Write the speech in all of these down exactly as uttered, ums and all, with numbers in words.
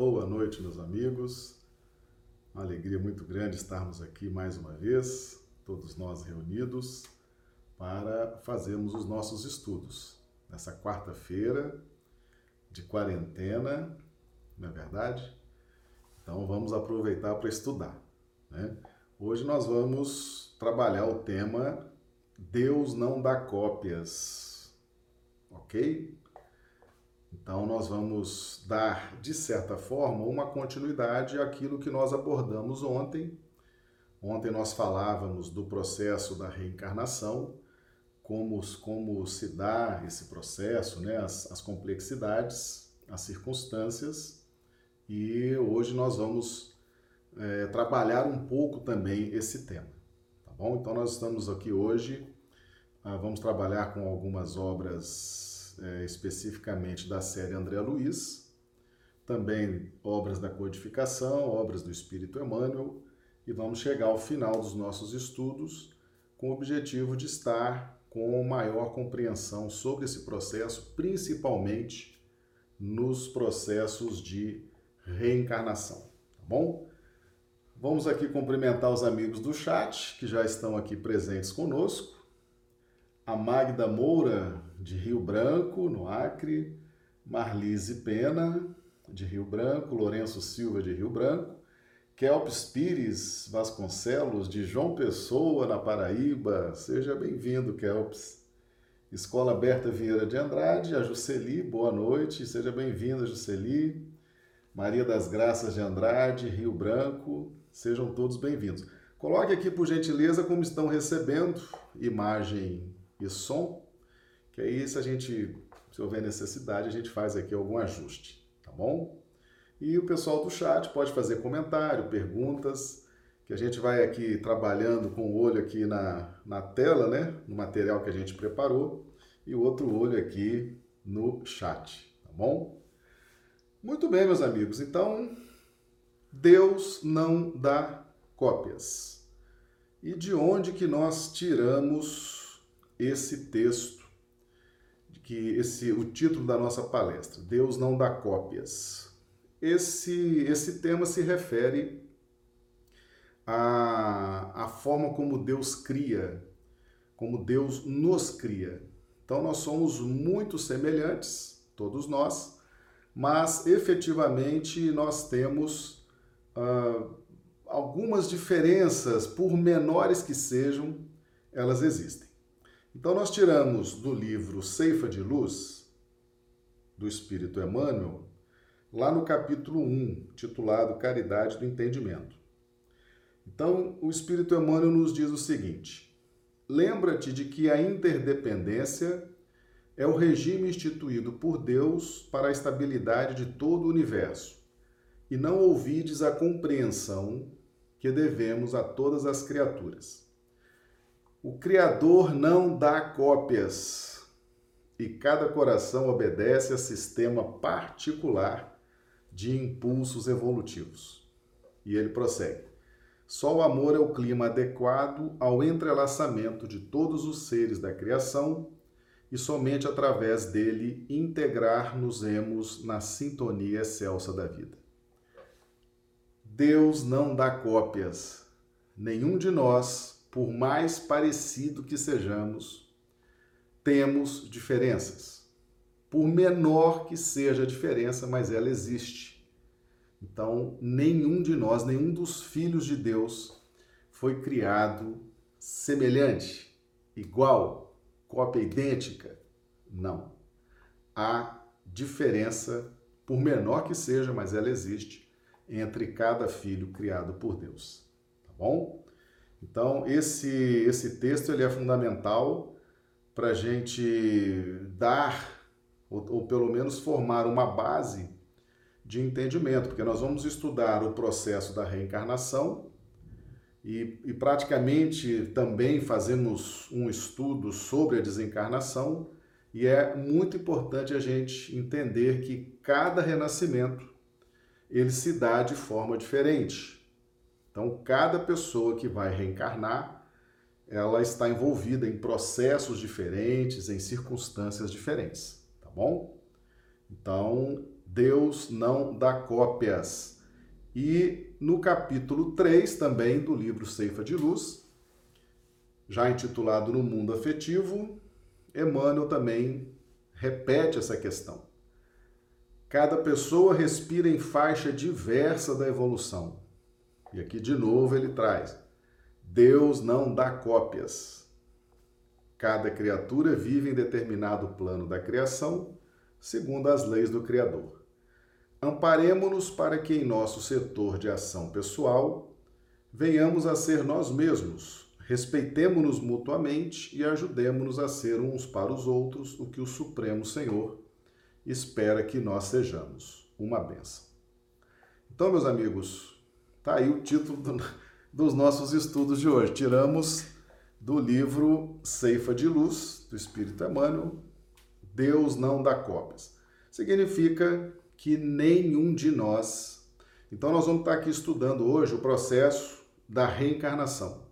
Boa noite, meus amigos. Uma alegria muito grande estarmos aqui mais uma vez, todos nós reunidos, para fazermos os nossos estudos. Nessa quarta-feira de quarentena, não é verdade? Então vamos aproveitar para estudar, né? Hoje nós vamos trabalhar o tema Deus não dá cópias, ok? Então, nós vamos dar, de certa forma, uma continuidade àquilo que nós abordamos ontem. Ontem nós falávamos do processo da reencarnação, como, como se dá esse processo, né? as, as complexidades, as circunstâncias. E hoje nós vamos é, trabalhar um pouco também esse tema, tá bom? Então, nós estamos aqui hoje, ah, vamos trabalhar com algumas obras É, especificamente da série André Luiz, também obras da codificação, obras do Espírito Emmanuel, e vamos chegar ao final dos nossos estudos com o objetivo de estar com maior compreensão sobre esse processo, principalmente nos processos de reencarnação, tá bom? Vamos aqui cumprimentar os amigos do chat, que já estão aqui presentes conosco. A Magda Moura, de Rio Branco, no Acre, Marlise Pena, de Rio Branco, Lourenço Silva, de Rio Branco, Kelps Pires Vasconcelos, de João Pessoa, na Paraíba. Seja bem-vindo, Kelps. Escola Berta Vieira de Andrade, a Juceli, boa noite, seja bem-vinda, Juceli. Maria das Graças de Andrade, Rio Branco, sejam todos bem-vindos. Coloque aqui, por gentileza, como estão recebendo imagem e som, que aí se a gente, se houver necessidade, a gente faz aqui algum ajuste, tá bom? E o pessoal do chat pode fazer comentário, perguntas, que a gente vai aqui trabalhando com o olho aqui na, na tela, né? No material que a gente preparou, e o outro olho aqui no chat, tá bom? Muito bem, meus amigos, então, Deus não dá cópias. E de onde que nós tiramos esse texto, que esse o título da nossa palestra, Deus não dá cópias. Esse, esse tema se refere à, à forma como Deus cria, como Deus nos cria. Então nós somos muito semelhantes, todos nós, mas efetivamente nós temos ah, algumas diferenças, por menores que sejam, elas existem. Então, nós tiramos do livro Ceifa de Luz, do Espírito Emmanuel, lá no capítulo um, titulado Caridade do Entendimento. Então, o Espírito Emmanuel nos diz o seguinte: lembra-te de que a interdependência é o regime instituído por Deus para a estabilidade de todo o universo, e não ouvides a compreensão que devemos a todas as criaturas. O Criador não dá cópias e cada coração obedece a sistema particular de impulsos evolutivos. E ele prossegue: só o amor é o clima adequado ao entrelaçamento de todos os seres da criação e somente através dele integrar-nos-emos na sintonia excelsa da vida. Deus não dá cópias. Nenhum de nós, por mais parecido que sejamos, temos diferenças. Por menor que seja a diferença, mas ela existe. Então, nenhum de nós, nenhum dos filhos de Deus foi criado semelhante, igual, cópia idêntica. Não. Há diferença, por menor que seja, mas ela existe, entre cada filho criado por Deus. Tá bom? Então, esse, esse texto ele é fundamental para a gente dar, ou, ou pelo menos formar uma base de entendimento, porque nós vamos estudar o processo da reencarnação e, e praticamente também fazemos um estudo sobre a desencarnação, e é muito importante a gente entender que cada renascimento ele se dá de forma diferente. Então, cada pessoa que vai reencarnar, ela está envolvida em processos diferentes, em circunstâncias diferentes, tá bom? Então, Deus não dá cópias. E no capítulo três também do livro Ceifa de Luz, já intitulado No Mundo Afetivo, Emmanuel também repete essa questão. Cada pessoa respira em faixa diversa da evolução. E aqui de novo ele traz: Deus não dá cópias. Cada criatura vive em determinado plano da criação, segundo as leis do Criador. Amparemo-nos para que em nosso setor de ação pessoal venhamos a ser nós mesmos, respeitemo-nos mutuamente e ajudemo-nos a ser uns para os outros o que o Supremo Senhor espera que nós sejamos. Uma bênção. Então, meus amigos, tá aí o título do, dos nossos estudos de hoje. Tiramos do livro Ceifa de Luz, do Espírito Emmanuel, Deus não dá cópias. Significa que nenhum de nós... Então, nós vamos estar aqui estudando hoje o processo da reencarnação.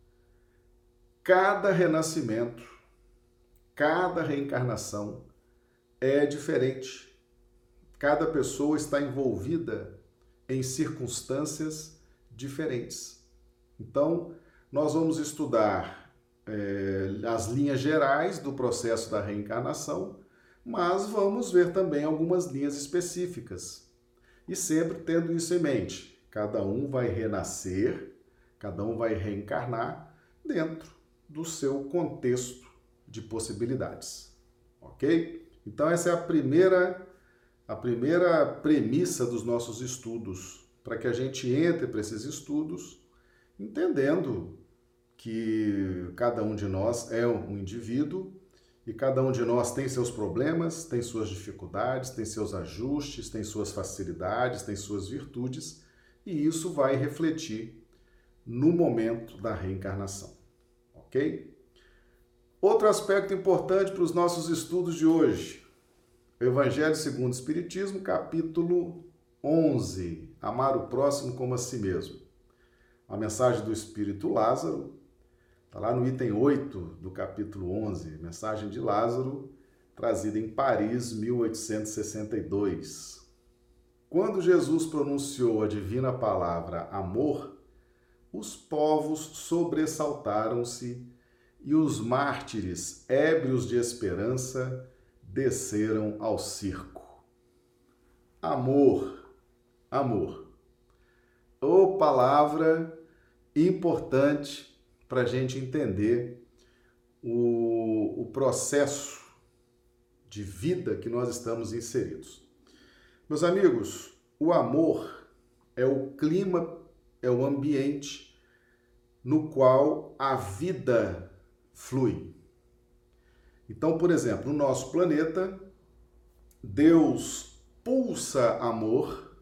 Cada renascimento, cada reencarnação é diferente. Cada pessoa está envolvida em circunstâncias diferentes. Então, nós vamos estudar é, as linhas gerais do processo da reencarnação, mas vamos ver também algumas linhas específicas. E sempre tendo isso em mente. Cada um vai renascer, cada um vai reencarnar dentro do seu contexto de possibilidades. Ok? Então essa é a primeira, a primeira premissa dos nossos estudos, para que a gente entre para esses estudos entendendo que cada um de nós é um indivíduo e cada um de nós tem seus problemas, tem suas dificuldades, tem seus ajustes, tem suas facilidades, tem suas virtudes, e isso vai refletir no momento da reencarnação. Ok? Outro aspecto importante para os nossos estudos de hoje, Evangelho segundo o Espiritismo, capítulo onze, Amar o próximo como a si mesmo. A mensagem do Espírito Lázaro, está lá no item oito do capítulo onze, mensagem de Lázaro, trazida em Paris, mil oitocentos e sessenta e dois. Quando Jesus pronunciou a divina palavra amor, os povos sobressaltaram-se e os mártires, ébrios de esperança, desceram ao circo. Amor, amor. Ô palavra importante para a gente entender o, o processo de vida que nós estamos inseridos. Meus amigos, o amor é o clima, é o ambiente no qual a vida flui. Então, por exemplo, no nosso planeta, Deus pulsa amor.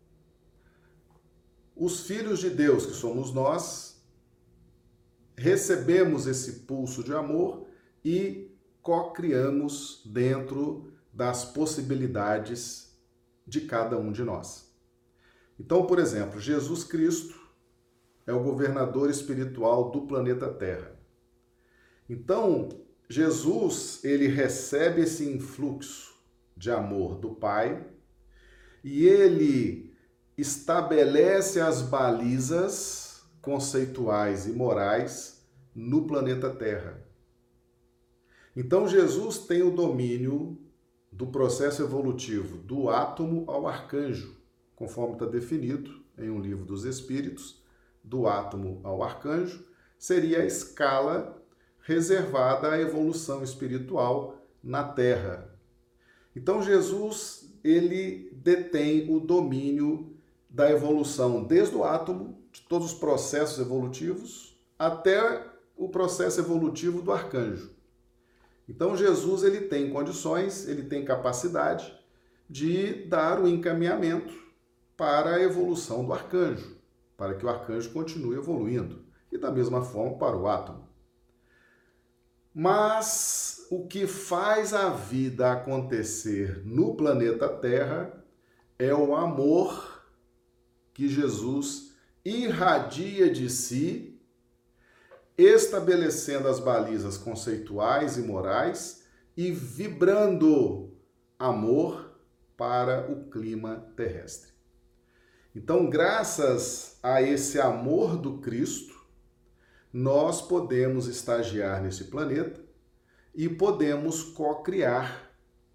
Os filhos de Deus, que somos nós, recebemos esse pulso de amor e co-criamos dentro das possibilidades de cada um de nós. Então, por exemplo, Jesus Cristo é o governador espiritual do planeta Terra. Então, Jesus, ele recebe esse influxo de amor do Pai e ele estabelece as balizas conceituais e morais no planeta Terra. Então, Jesus tem o domínio do processo evolutivo do átomo ao arcanjo, conforme está definido em um livro dos Espíritos, do átomo ao arcanjo, seria a escala reservada à evolução espiritual na Terra. Então, Jesus, ele detém o domínio da evolução desde o átomo, de todos os processos evolutivos, até o processo evolutivo do arcanjo. Então, Jesus, ele tem condições, ele tem capacidade de dar o encaminhamento para a evolução do arcanjo, para que o arcanjo continue evoluindo, e da mesma forma para o átomo. Mas o que faz a vida acontecer no planeta Terra é o amor que Jesus irradia de si, estabelecendo as balizas conceituais e morais e vibrando amor para o clima terrestre. Então, graças a esse amor do Cristo, nós podemos estagiar nesse planeta e podemos co-criar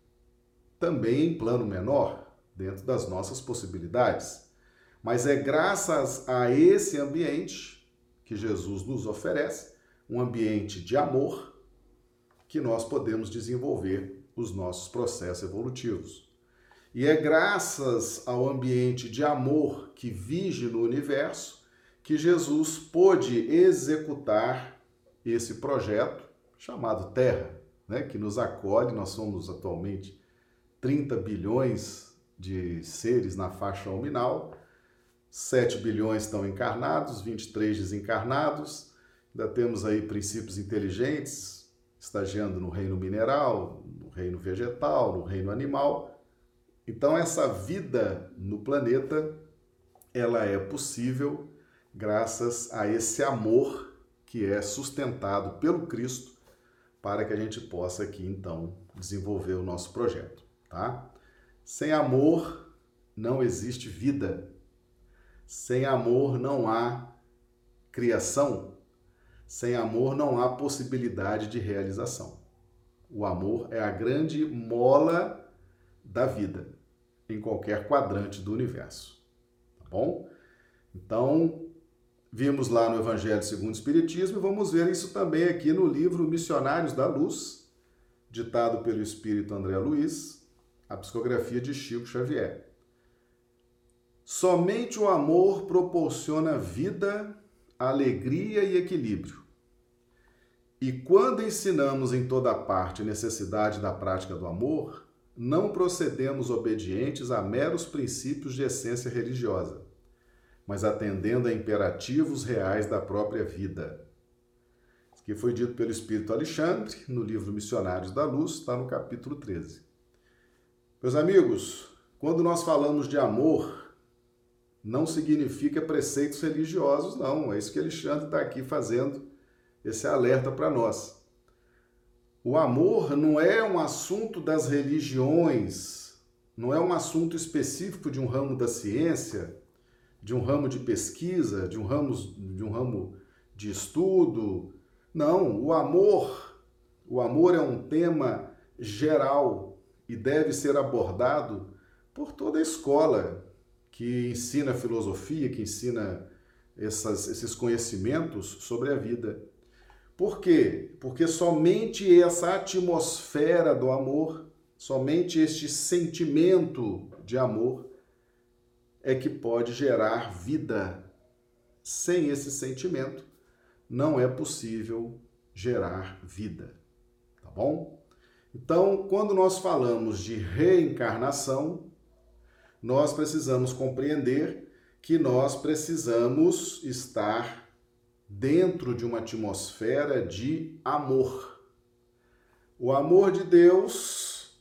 também em plano menor, dentro das nossas possibilidades. Mas é graças a esse ambiente que Jesus nos oferece, um ambiente de amor, que nós podemos desenvolver os nossos processos evolutivos. E é graças ao ambiente de amor que vige no universo que Jesus pôde executar esse projeto chamado Terra, né, que nos acolhe. Nós somos atualmente trinta bilhões de seres na faixa nominal, sete bilhões estão encarnados, vinte e três desencarnados, ainda temos aí princípios inteligentes estagiando no reino mineral, no reino vegetal, no reino animal. Então, essa vida no planeta, ela é possível graças a esse amor que é sustentado pelo Cristo para que a gente possa aqui, então, desenvolver o nosso projeto, tá? Sem amor não existe vida. Sem amor não há criação. Sem amor não há possibilidade de realização. O amor é a grande mola da vida em qualquer quadrante do universo, tá bom? Então, vimos lá no Evangelho segundo o Espiritismo e vamos ver isso também aqui no livro Missionários da Luz, ditado pelo Espírito André Luiz, a psicografia de Chico Xavier. Somente o amor proporciona vida, alegria e equilíbrio. E quando ensinamos em toda parte a necessidade da prática do amor, não procedemos obedientes a meros princípios de essência religiosa, mas atendendo a imperativos reais da própria vida. Isso que foi dito pelo Espírito Alexandre, no livro Missionários da Luz, está no capítulo treze. Meus amigos, quando nós falamos de amor, não significa preceitos religiosos, não. É isso que Alexandre está aqui fazendo, esse alerta para nós. O amor não é um assunto das religiões, não é um assunto específico de um ramo da ciência, de um ramo de pesquisa, de um ramo de, um ramo de estudo. Não, o amor, o amor é um tema geral e deve ser abordado por toda a escola que ensina filosofia, que ensina essas, esses conhecimentos sobre a vida. Por quê? Porque somente essa atmosfera do amor, somente este sentimento de amor é que pode gerar vida. Sem esse sentimento, não é possível gerar vida, tá bom? Então, quando nós falamos de reencarnação, nós precisamos compreender que nós precisamos estar dentro de uma atmosfera de amor. O amor de Deus,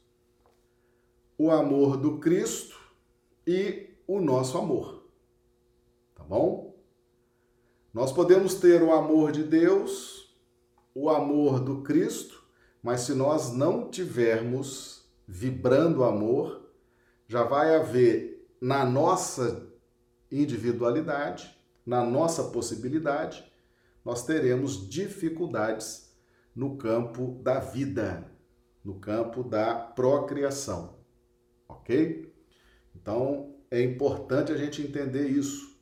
o amor do Cristo e o nosso amor. Tá bom? Nós podemos ter o amor de Deus, o amor do Cristo, mas se nós não tivermos vibrando amor, já vai haver na nossa individualidade, na nossa possibilidade, nós teremos dificuldades no campo da vida, no campo da procriação, ok? Então, é importante a gente entender isso,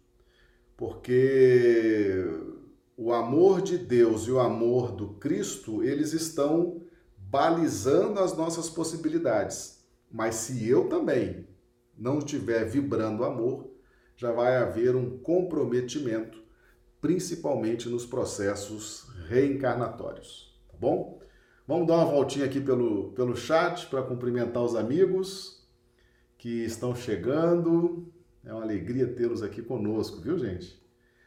porque o amor de Deus e o amor do Cristo, eles estão balizando as nossas possibilidades. Mas se eu também não estiver vibrando amor, já vai haver um comprometimento, principalmente nos processos reencarnatórios, tá bom? Vamos dar uma voltinha aqui pelo, pelo chat para cumprimentar os amigos que estão chegando. É uma alegria tê-los aqui conosco, viu, gente?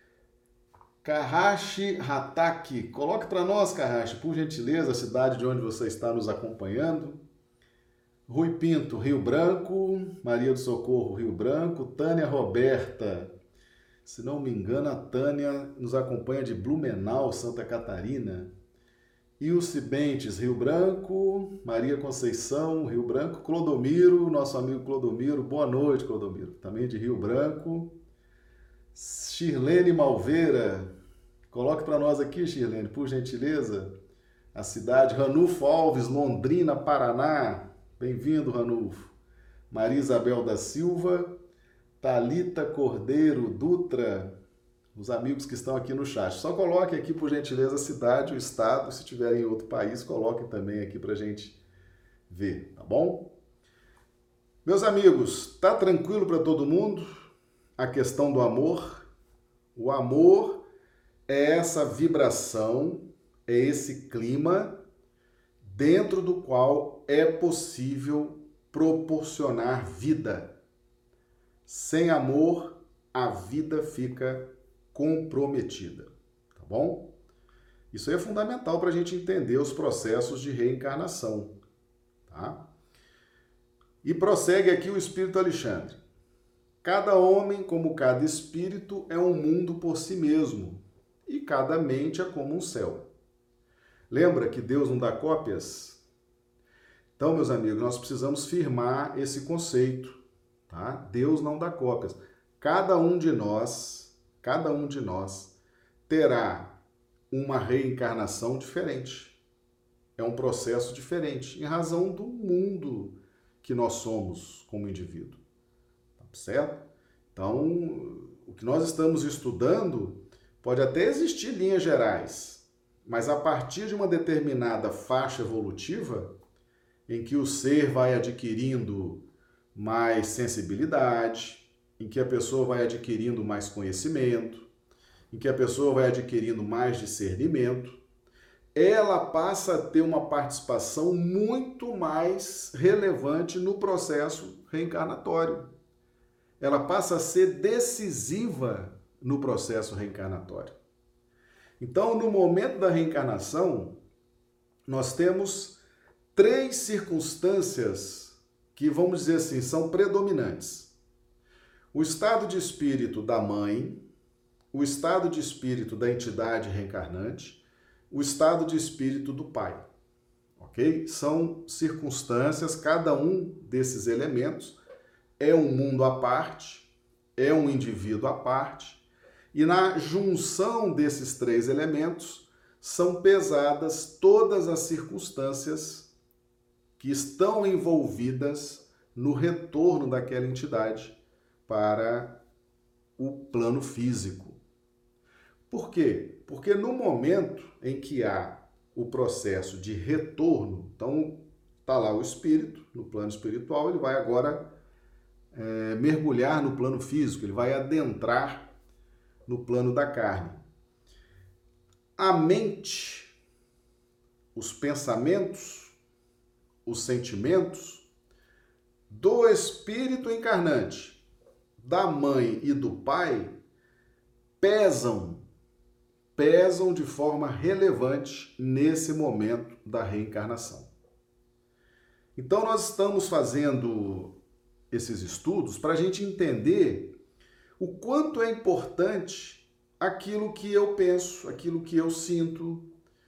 Kahashi Hataki, coloque para nós, Kahashi, por gentileza, a cidade de onde você está nos acompanhando. Rui Pinto, Rio Branco. Maria do Socorro, Rio Branco. Tânia Roberta, se não me engano, a Tânia nos acompanha de Blumenau, Santa Catarina. Ilse Bentes, Rio Branco. Maria Conceição, Rio Branco. Clodomiro, nosso amigo Clodomiro. Boa noite, Clodomiro. Também de Rio Branco. Shirlene Malveira. Coloque para nós aqui, Shirlene, por gentileza, a cidade. Ranulfo Alves, Londrina, Paraná. Bem-vindo, Ranulfo. Maria Isabel da Silva. Thalita Cordeiro Dutra. Os amigos que estão aqui no chat. Só coloque aqui, por gentileza, a cidade, o estado. Se tiverem em outro país, coloquem também aqui para a gente ver, tá bom? Meus amigos, tá tranquilo para todo mundo a questão do amor? O amor é essa vibração, é esse clima dentro do qual é possível proporcionar vida. Sem amor, a vida fica comprometida, tá bom? Isso aí é fundamental para a gente entender os processos de reencarnação, tá? E prossegue aqui o Espírito Alexandre. Cada homem, como cada espírito, é um mundo por si mesmo, e cada mente é como um céu. Lembra que Deus não dá cópias? Então, meus amigos, nós precisamos firmar esse conceito, tá? Deus não dá cópias. Cada um de nós, cada um de nós terá uma reencarnação diferente. É um processo diferente, em razão do mundo que nós somos como indivíduo. Tá certo? Então, o que nós estamos estudando pode até existir linhas gerais, mas a partir de uma determinada faixa evolutiva, em que o ser vai adquirindo mais sensibilidade, em que a pessoa vai adquirindo mais conhecimento, em que a pessoa vai adquirindo mais discernimento, ela passa a ter uma participação muito mais relevante no processo reencarnatório. Ela passa a ser decisiva no processo reencarnatório. Então, no momento da reencarnação, nós temos três circunstâncias que, vamos dizer assim, são predominantes. O estado de espírito da mãe, o estado de espírito da entidade reencarnante, o estado de espírito do pai, ok? São circunstâncias, cada um desses elementos é um mundo à parte, é um indivíduo à parte, e na junção desses três elementos são pesadas todas as circunstâncias que estão envolvidas no retorno daquela entidade para o plano físico. Por quê? Porque no momento em que há o processo de retorno, então está lá o espírito, no plano espiritual, ele vai agora é, mergulhar no plano físico, ele vai adentrar no plano da carne. A mente, os pensamentos, os sentimentos do espírito encarnante, da mãe e do pai, pesam pesam de forma relevante nesse momento da reencarnação. Então, nós estamos fazendo esses estudos para a gente entender o quanto é importante aquilo que eu penso, aquilo que eu sinto,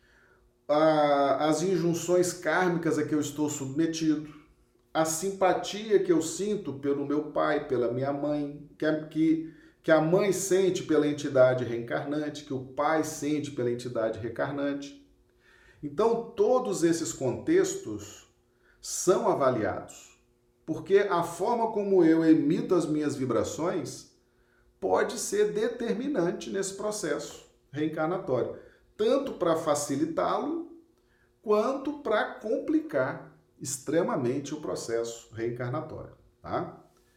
a, as injunções kármicas a que eu estou submetido, a simpatia que eu sinto pelo meu pai, pela minha mãe, que, que que a mãe sente pela entidade reencarnante, que o pai sente pela entidade reencarnante. Então, todos esses contextos são avaliados, porque a forma como eu emito as minhas vibrações pode ser determinante nesse processo reencarnatório, tanto para facilitá-lo, quanto para complicar extremamente o processo reencarnatório, tá?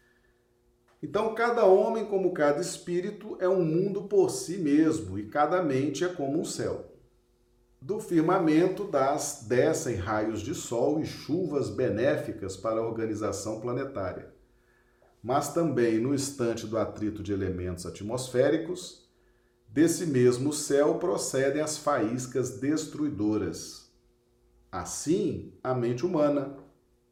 Então, cada homem, como cada espírito, é um mundo por si mesmo, e cada mente é como um céu. Do firmamento das, descem raios de sol e chuvas benéficas para a organização planetária. Mas também, no instante do atrito de elementos atmosféricos, desse mesmo céu procedem as faíscas destruidoras. Assim, a mente humana.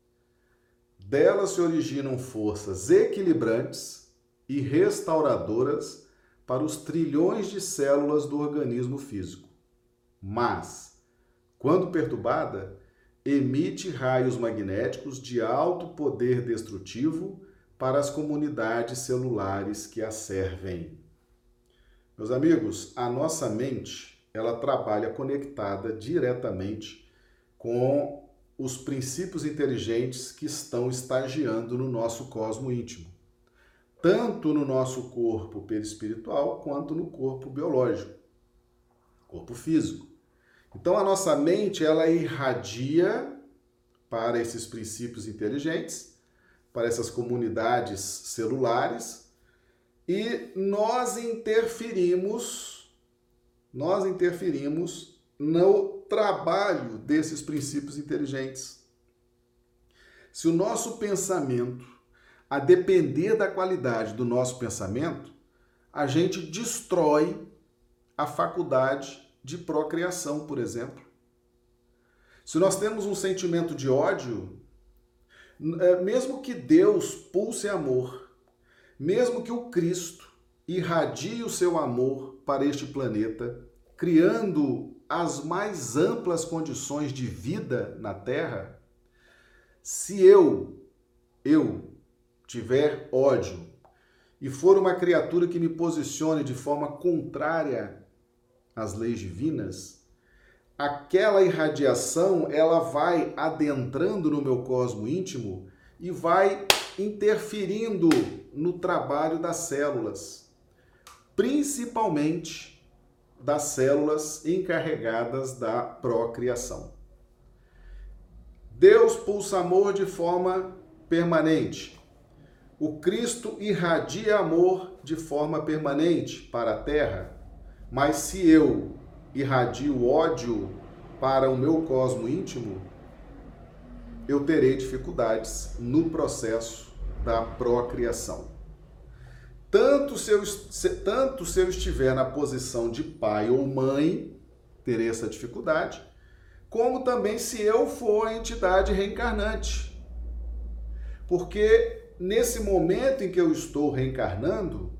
Dela se originam forças equilibrantes e restauradoras para os trilhões de células do organismo físico. Mas, quando perturbada, emite raios magnéticos de alto poder destrutivo para as comunidades celulares que a servem. Meus amigos, a nossa mente, ela trabalha conectada diretamente com os princípios inteligentes que estão estagiando no nosso cosmo íntimo, tanto no nosso corpo perispiritual quanto no corpo biológico, corpo físico. Então a nossa mente, ela irradia para esses princípios inteligentes, para essas comunidades celulares, e nós interferimos, nós interferimos no trabalho desses princípios inteligentes. Se o nosso pensamento, a depender da qualidade do nosso pensamento, a gente destrói a faculdade de procriação, por exemplo. Se nós temos um sentimento de ódio, mesmo que Deus pulse amor, mesmo que o Cristo irradie o seu amor para este planeta, criando as mais amplas condições de vida na Terra, se eu, eu tiver ódio e for uma criatura que me posicione de forma contrária às leis divinas, aquela irradiação, ela vai adentrando no meu cosmo íntimo e vai interferindo no trabalho das células, principalmente das células encarregadas da procriação. Deus pulsa amor de forma permanente. O Cristo irradia amor de forma permanente para a Terra. Mas se eu irradio ódio para o meu cosmo íntimo, eu terei dificuldades no processo da procriação. Tanto se, eu, tanto se eu estiver na posição de pai ou mãe, terei essa dificuldade, como também se eu for a entidade reencarnante. Porque nesse momento em que eu estou reencarnando,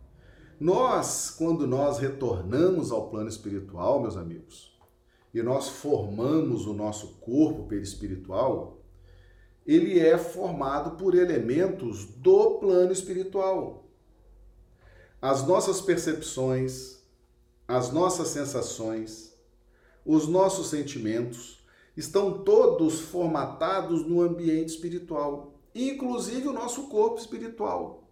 nós, quando nós retornamos ao plano espiritual, meus amigos, e nós formamos o nosso corpo perispiritual, ele é formado por elementos do plano espiritual. As nossas percepções, as nossas sensações, os nossos sentimentos estão todos formatados no ambiente espiritual, inclusive o nosso corpo espiritual.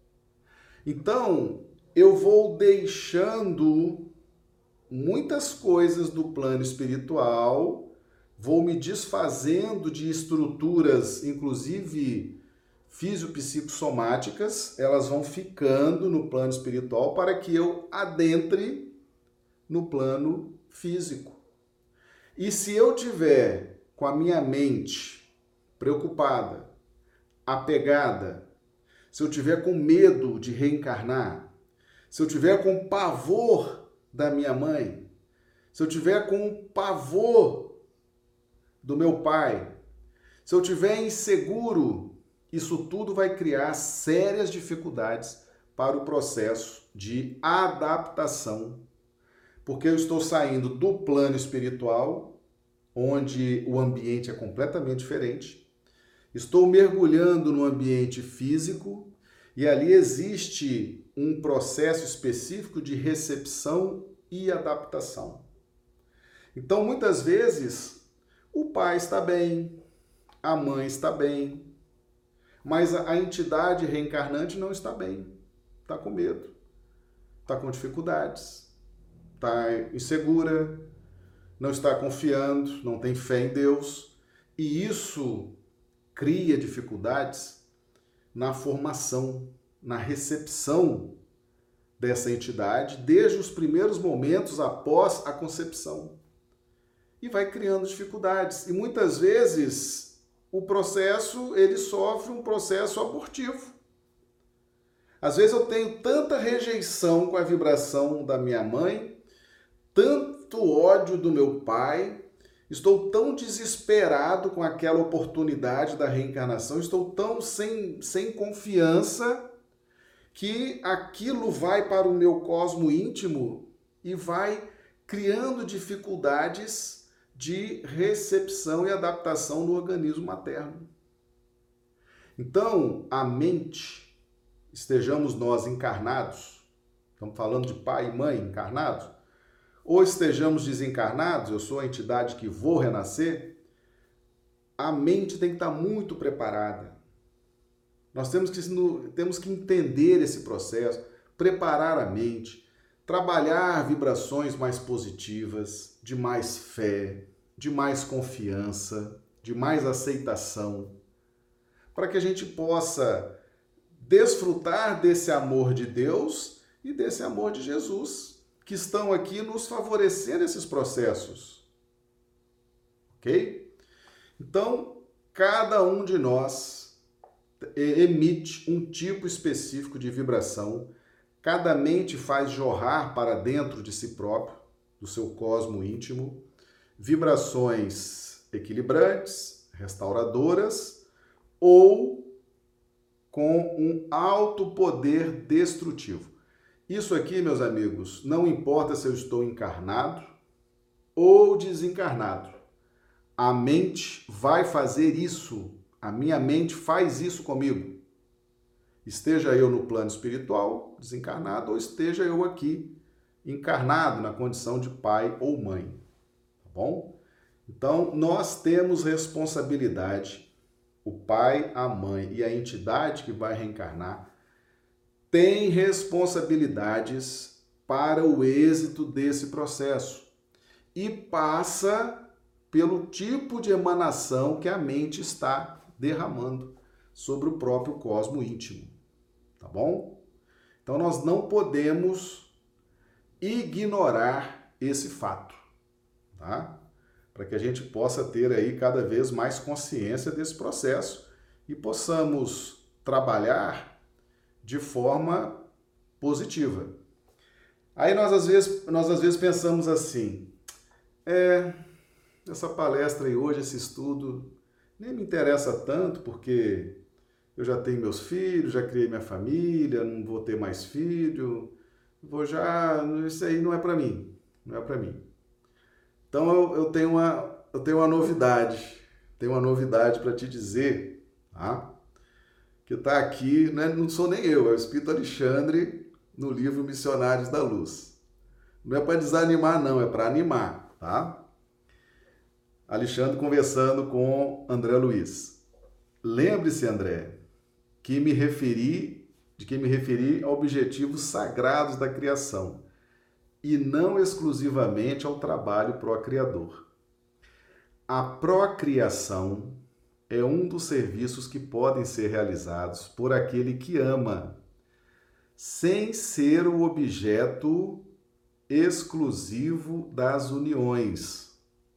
Então, eu vou deixando muitas coisas do plano espiritual, vou me desfazendo de estruturas, inclusive fisiopsicossomáticas, elas vão ficando no plano espiritual para que eu adentre no plano físico. E se eu tiver com a minha mente preocupada, apegada, se eu tiver com medo de reencarnar, se eu tiver com pavor da minha mãe, se eu tiver com pavor do meu pai, se eu tiver inseguro, isso tudo vai criar sérias dificuldades para o processo de adaptação, porque eu estou saindo do plano espiritual, onde o ambiente é completamente diferente, estou mergulhando no ambiente físico e ali existe um processo específico de recepção e adaptação. Então, muitas vezes, o pai está bem, a mãe está bem, mas a entidade reencarnante não está bem, está com medo, está com dificuldades, está insegura, não está confiando, não tem fé em Deus, e isso cria dificuldades na formação, na recepção dessa entidade, desde os primeiros momentos após a concepção. E vai criando dificuldades. E muitas vezes o processo, ele sofre um processo abortivo. Às vezes eu tenho tanta rejeição com a vibração da minha mãe, tanto ódio do meu pai, estou tão desesperado com aquela oportunidade da reencarnação, estou tão sem, sem confiança, que aquilo vai para o meu cosmo íntimo e vai criando dificuldades de recepção e adaptação no organismo materno. Então, a mente, estejamos nós encarnados, estamos falando de pai e mãe encarnados, ou estejamos desencarnados, eu sou a entidade que vou renascer, a mente tem que estar muito preparada. Nós temos que, temos que entender esse processo, preparar a mente, trabalhar vibrações mais positivas, de mais fé, de mais confiança, de mais aceitação, para que a gente possa desfrutar desse amor de Deus e desse amor de Jesus, que estão aqui nos favorecendo esses processos. Ok? Então, cada um de nós emite um tipo específico de vibração. Cada mente faz jorrar para dentro de si próprio, do seu cosmo íntimo, vibrações equilibrantes, restauradoras ou com um alto poder destrutivo. Isso aqui, meus amigos, não importa se eu estou encarnado ou desencarnado. A mente vai fazer isso. A minha mente faz isso comigo. Esteja eu no plano espiritual, desencarnado, ou esteja eu aqui, encarnado na condição de pai ou mãe. Tá bom? Então, nós temos responsabilidade. O pai, a mãe e a entidade que vai reencarnar têm responsabilidades para o êxito desse processo. E passa pelo tipo de emanação que a mente está derramando sobre o próprio cosmo íntimo, tá bom? Então nós não podemos ignorar esse fato, tá? Para que a gente possa ter aí cada vez mais consciência desse processo e possamos trabalhar de forma positiva. Aí nós às vezes, nós às vezes pensamos assim, é, essa palestra aí hoje, esse estudo, nem me interessa tanto, porque eu já tenho meus filhos, já criei minha família, não vou ter mais filho, vou já, isso aí não é para mim, não é para mim. Então eu, eu, tenho uma, eu tenho uma novidade, tenho uma novidade para te dizer, tá? Que está aqui, né? Não sou nem eu, é o Espírito Alexandre no livro Missionários da Luz. Não é para desanimar não, é para animar, tá? Alexandre conversando com André Luiz. Lembre-se, André, que me referi, de que me referi a objetivos sagrados da criação e não exclusivamente ao trabalho procriador. A procriação é um dos serviços que podem ser realizados por aquele que ama, sem ser o objeto exclusivo das uniões.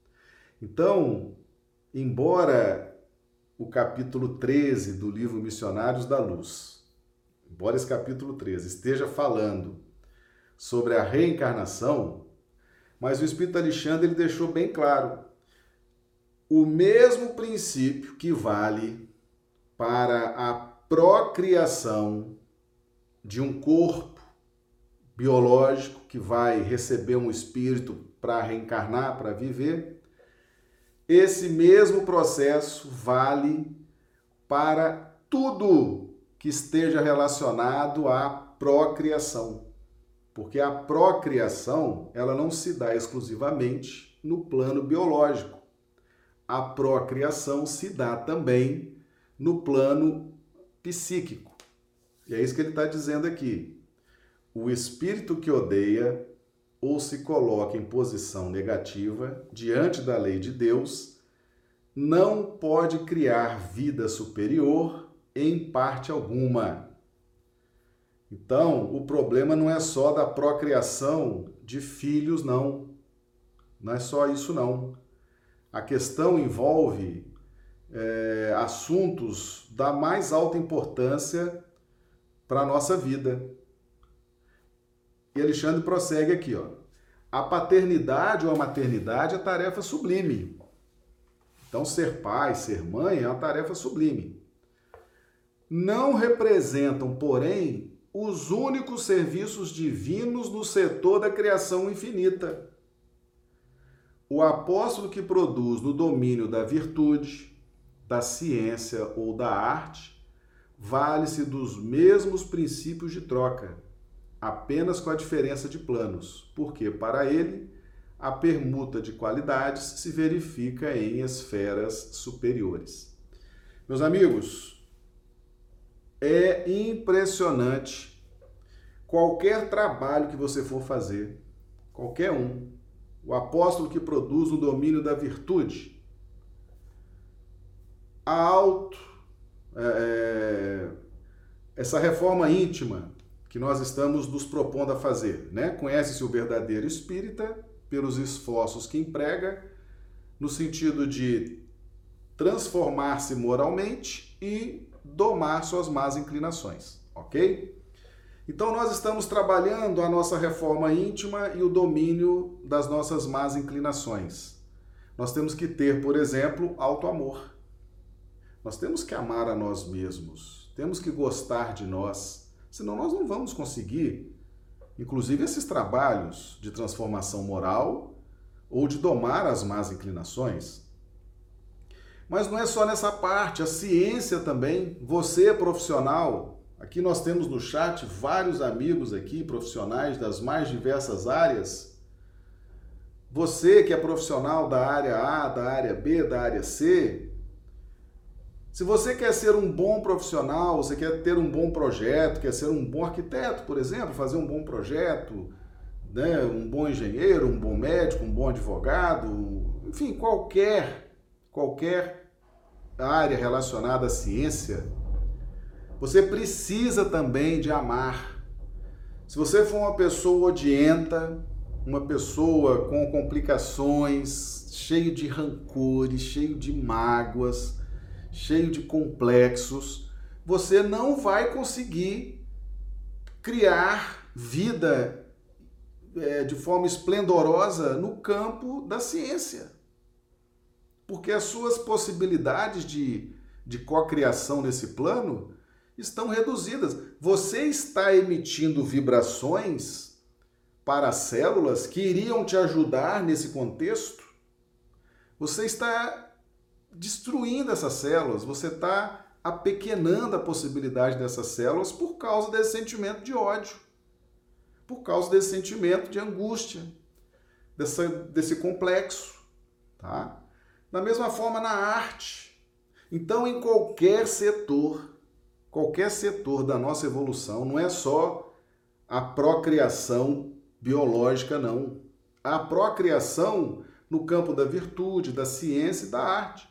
Então, embora o capítulo treze do livro Missionários da Luz, embora esse capítulo treze esteja falando sobre a reencarnação, mas o Espírito Alexandre ele deixou bem claro o mesmo princípio que vale para a procriação de um corpo biológico que vai receber um espírito para reencarnar, para viver. Esse mesmo processo vale para tudo que esteja relacionado à procriação. Porque a procriação, ela não se dá exclusivamente no plano biológico. A procriação se dá também no plano psíquico. E é isso que ele está dizendo aqui. O espírito que odeia ou se coloca em posição negativa diante da lei de Deus não pode criar vida superior em parte alguma. Então, o problema não é só da procriação de filhos, não. Não é só isso, não. A questão envolve é, assuntos da mais alta importância para a nossa vida. E Alexandre prossegue aqui, ó. A paternidade ou a maternidade é tarefa sublime. Então, ser pai, ser mãe é uma tarefa sublime. Não representam, porém, os únicos serviços divinos no setor da criação infinita. o apóstolo que produz no domínio da virtude, da ciência ou da arte, vale-se dos mesmos princípios de troca, apenas com a diferença de planos, porque para ele a permuta de qualidades se verifica em esferas superiores. Meus amigos, é impressionante qualquer trabalho que você for fazer, qualquer um, o apóstolo que produz o domínio da virtude, a auto, é, essa reforma íntima que nós estamos nos propondo a fazer, né? Conhece-se o verdadeiro espírita pelos esforços que emprega, no sentido de transformar-se moralmente e domar suas más inclinações, ok? Então nós estamos trabalhando a nossa reforma íntima e o domínio das nossas más inclinações. Nós temos que ter, por exemplo, auto-amor. Nós temos que amar a nós mesmos, temos que gostar de nós, senão nós não vamos conseguir, inclusive esses trabalhos de transformação moral ou de domar as más inclinações. Mas não é só nessa parte, a ciência também, você é profissional, aqui nós temos no chat vários amigos aqui, profissionais das mais diversas áreas. Você que é profissional da área A, da área B, da área C, se você quer ser um bom profissional, você quer ter um bom projeto, quer ser um bom arquiteto, por exemplo, fazer um bom projeto, né, um bom engenheiro, um bom médico, um bom advogado, enfim, qualquer, qualquer área relacionada à ciência, você precisa também de amar. Se você for uma pessoa odienta, uma pessoa com complicações, cheio de rancores, cheio de mágoas, cheio de complexos, você não vai conseguir criar vida é, de forma esplendorosa no campo da ciência. Porque as suas possibilidades de, de cocriação nesse plano estão reduzidas. Você está emitindo vibrações para as células que iriam te ajudar nesse contexto. Você está destruindo essas células, você está apequenando a possibilidade dessas células por causa desse sentimento de ódio, por causa desse sentimento de angústia, dessa, desse complexo, tá? Da mesma forma na arte. Então, em qualquer setor, qualquer setor da nossa evolução, não é só a procriação biológica, não. A procriação no campo da virtude, da ciência e da arte.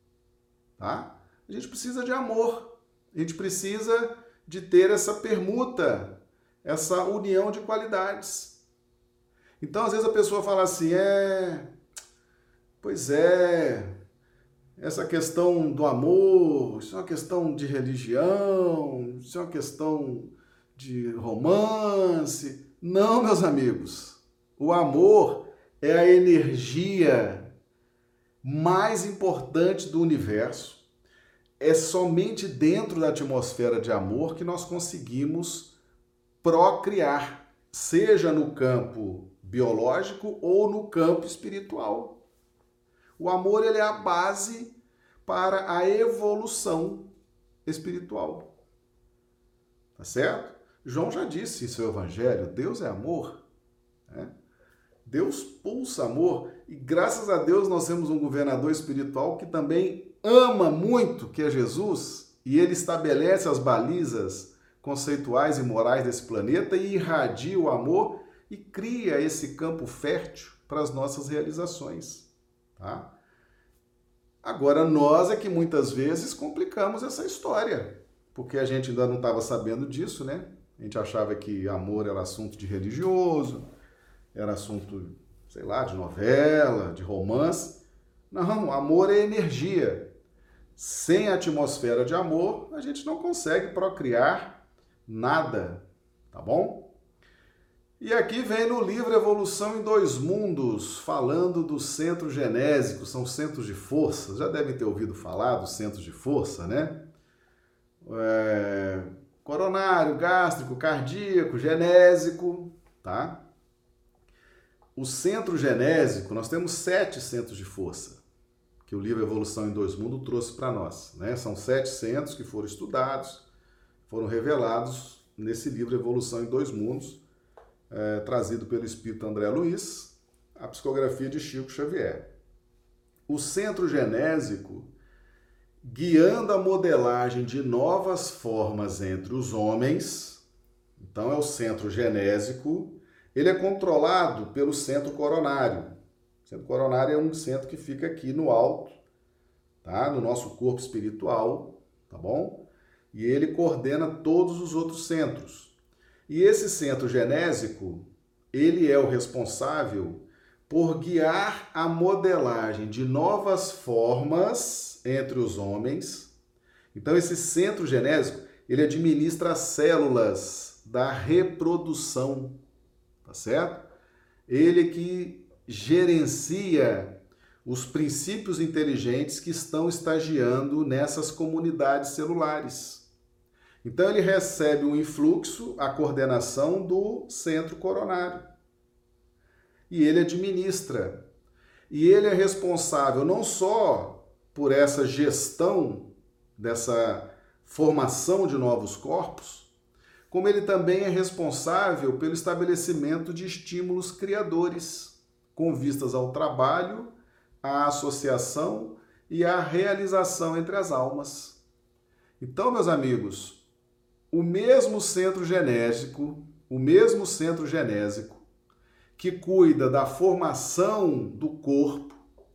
Tá? A gente precisa de amor, a gente precisa de ter essa permuta, essa união de qualidades. Então, às vezes a pessoa fala assim, é, pois é, essa questão do amor, isso é uma questão de religião, isso é uma questão de romance. Não, meus amigos, o amor é a energia mais importante do universo. É somente dentro da atmosfera de amor que nós conseguimos procriar, seja no campo biológico ou no campo espiritual. O amor, ele é a base para a evolução espiritual. Tá certo? João já disse em seu evangelho, Deus é amor, né? Deus pulsa amor e graças a Deus nós temos um governador espiritual que também ama muito, que é Jesus, e ele estabelece as balizas conceituais e morais desse planeta e irradia o amor e cria esse campo fértil para as nossas realizações, tá? Agora, nós é que muitas vezes complicamos essa história, porque a gente ainda não estava sabendo disso, né? A gente achava que amor era assunto de religioso, era assunto, sei lá, de novela, de romance. Não, amor é energia. Sem a atmosfera de amor, a gente não consegue procriar nada, tá bom? E aqui vem no livro Evolução em Dois Mundos, falando dos centros genésicos, são centros de força. Já devem ter ouvido falar dos centros de força, né? É... Coronário, gástrico, cardíaco, genésico, tá? o centro genésico, nós temos sete centros de força, que o livro Evolução em Dois Mundos trouxe para nós, né? São sete centros que foram estudados, foram revelados nesse livro Evolução em Dois Mundos, é, trazido pelo espírito André Luiz, a psicografia de Chico Xavier. O centro genésico, guiando a modelagem de novas formas entre os homens, então é o centro genésico, ele é controlado pelo centro coronário. O centro coronário é um centro que fica aqui no alto, tá? No nosso corpo espiritual, tá bom? E ele coordena todos os outros centros. E esse centro genésico, ele é o responsável por guiar a modelagem de novas formas entre os homens. Então, esse centro genésico, ele administra as células da reprodução, tá certo? Ele que gerencia os princípios inteligentes que estão estagiando nessas comunidades celulares. Então, ele recebe o influxo, a coordenação do centro coronário. E ele administra. E ele é responsável não só por essa gestão dessa formação de novos corpos, como ele também é responsável pelo estabelecimento de estímulos criadores, com vistas ao trabalho, à associação e à realização entre as almas. Então, meus amigos, o mesmo centro genésico, o mesmo centro genésico que cuida da formação do corpo,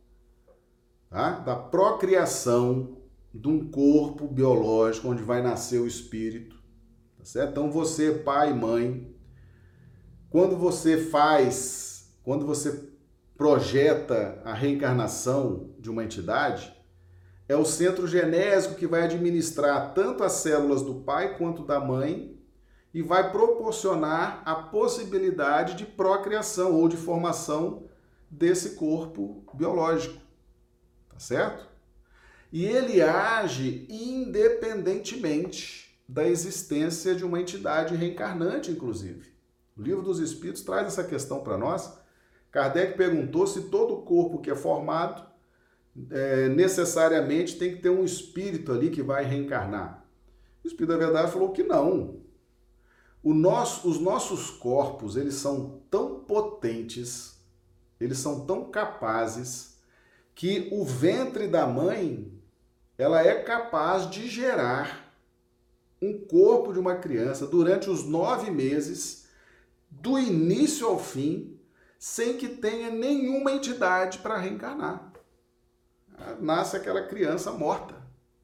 tá? Da procriação de um corpo biológico onde vai nascer o espírito, tá certo? Então você, pai e mãe, quando você faz, quando você projeta a reencarnação de uma entidade, é o centro genésico que vai administrar tanto as células do pai quanto da mãe e vai proporcionar a possibilidade de procriação ou de formação desse corpo biológico, tá certo? E ele age independentemente da existência de uma entidade reencarnante, inclusive. O Livro dos Espíritos traz essa questão para nós. Kardec perguntou se todo corpo que é formado é, necessariamente tem que ter um espírito ali que vai reencarnar. O Espírito da Verdade falou que não. O nosso, os nossos corpos, eles são tão potentes, eles são tão capazes, que o ventre da mãe, ela é capaz de gerar um corpo de uma criança durante os nove meses, do início ao fim, sem que tenha nenhuma entidade para reencarnar. Nasce aquela criança morta.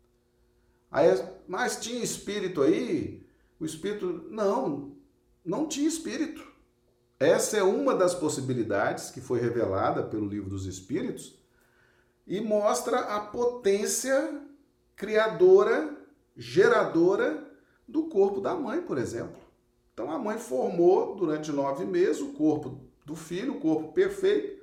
Aí, mas tinha espírito aí? O espírito, não, não tinha espírito. Essa é uma das possibilidades que foi revelada pelo Livro dos Espíritos e mostra a potência criadora, geradora do corpo da mãe, por exemplo. Então a mãe formou durante nove meses o corpo do filho, o corpo perfeito,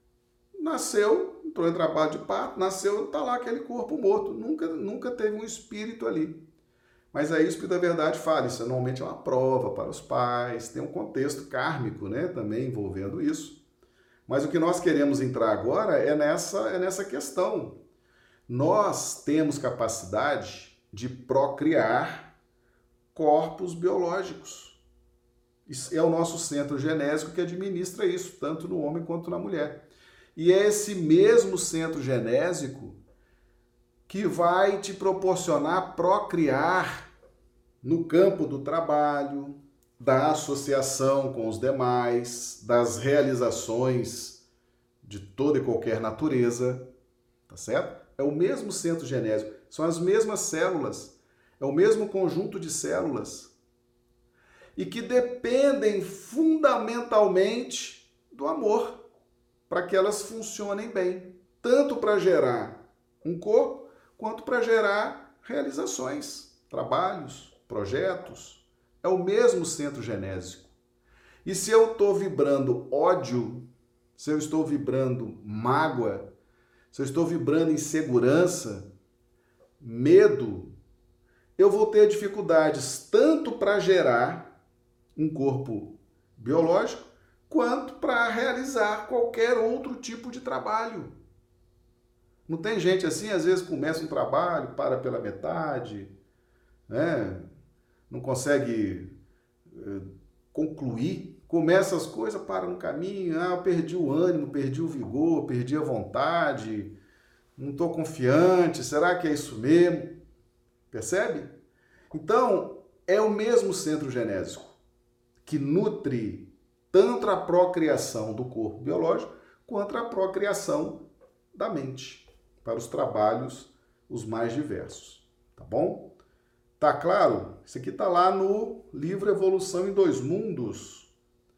nasceu, entrou em trabalho de parto, nasceu, está lá aquele corpo morto. Nunca, nunca teve um espírito ali. Mas aí o Espírito da Verdade fala, isso normalmente é uma prova para os pais, tem um contexto kármico, né, também envolvendo isso. Mas o que nós queremos entrar agora é nessa, é nessa questão. Nós temos capacidade de procriar corpos biológicos. Isso é o nosso centro genésico que administra isso, tanto no homem quanto na mulher. E é esse mesmo centro genésico que vai te proporcionar procriar no campo do trabalho, da associação com os demais, das realizações de toda e qualquer natureza, tá certo? É o mesmo centro genésico, são as mesmas células, é o mesmo conjunto de células e que dependem fundamentalmente do amor para que elas funcionem bem, tanto para gerar um corpo quanto para gerar realizações, trabalhos, projetos. É o mesmo centro genésico. E se eu estou vibrando ódio, se eu estou vibrando mágoa, se eu estou vibrando insegurança, medo, eu vou ter dificuldades tanto para gerar um corpo biológico, quanto para realizar qualquer outro tipo de trabalho. Não tem gente assim, às vezes começa um trabalho, para pela metade, né? Não consegue eh, concluir, começa as coisas, para no caminho, ah, eu perdi o ânimo, perdi o vigor, perdi a vontade, não estou confiante, será que é isso mesmo? Percebe? Então, é o mesmo centro genésico que nutre tanto a procriação do corpo biológico quanto a procriação da mente, para os trabalhos os mais diversos, tá bom? Tá claro? Isso aqui tá lá no livro Evolução em Dois Mundos,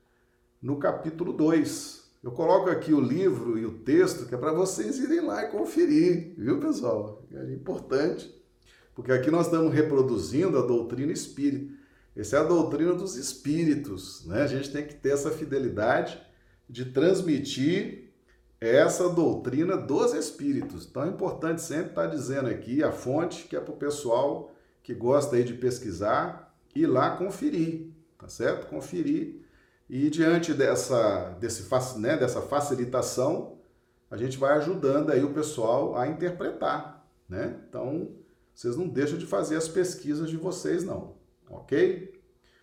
no capítulo dois. Eu coloco aqui o livro e o texto que é para vocês irem lá e conferir, viu, pessoal? É importante, porque aqui nós estamos reproduzindo a doutrina espírita. Essa é a doutrina dos espíritos, né? A gente tem que ter essa fidelidade de transmitir essa doutrina dos espíritos. Então é importante sempre estar dizendo aqui a fonte, que é para o pessoal que gosta aí de pesquisar, ir lá conferir, tá certo? Conferir. E diante dessa, desse, né, dessa facilitação, a gente vai ajudando aí o pessoal a interpretar, né? Então, vocês não deixam de fazer as pesquisas de vocês, não, ok?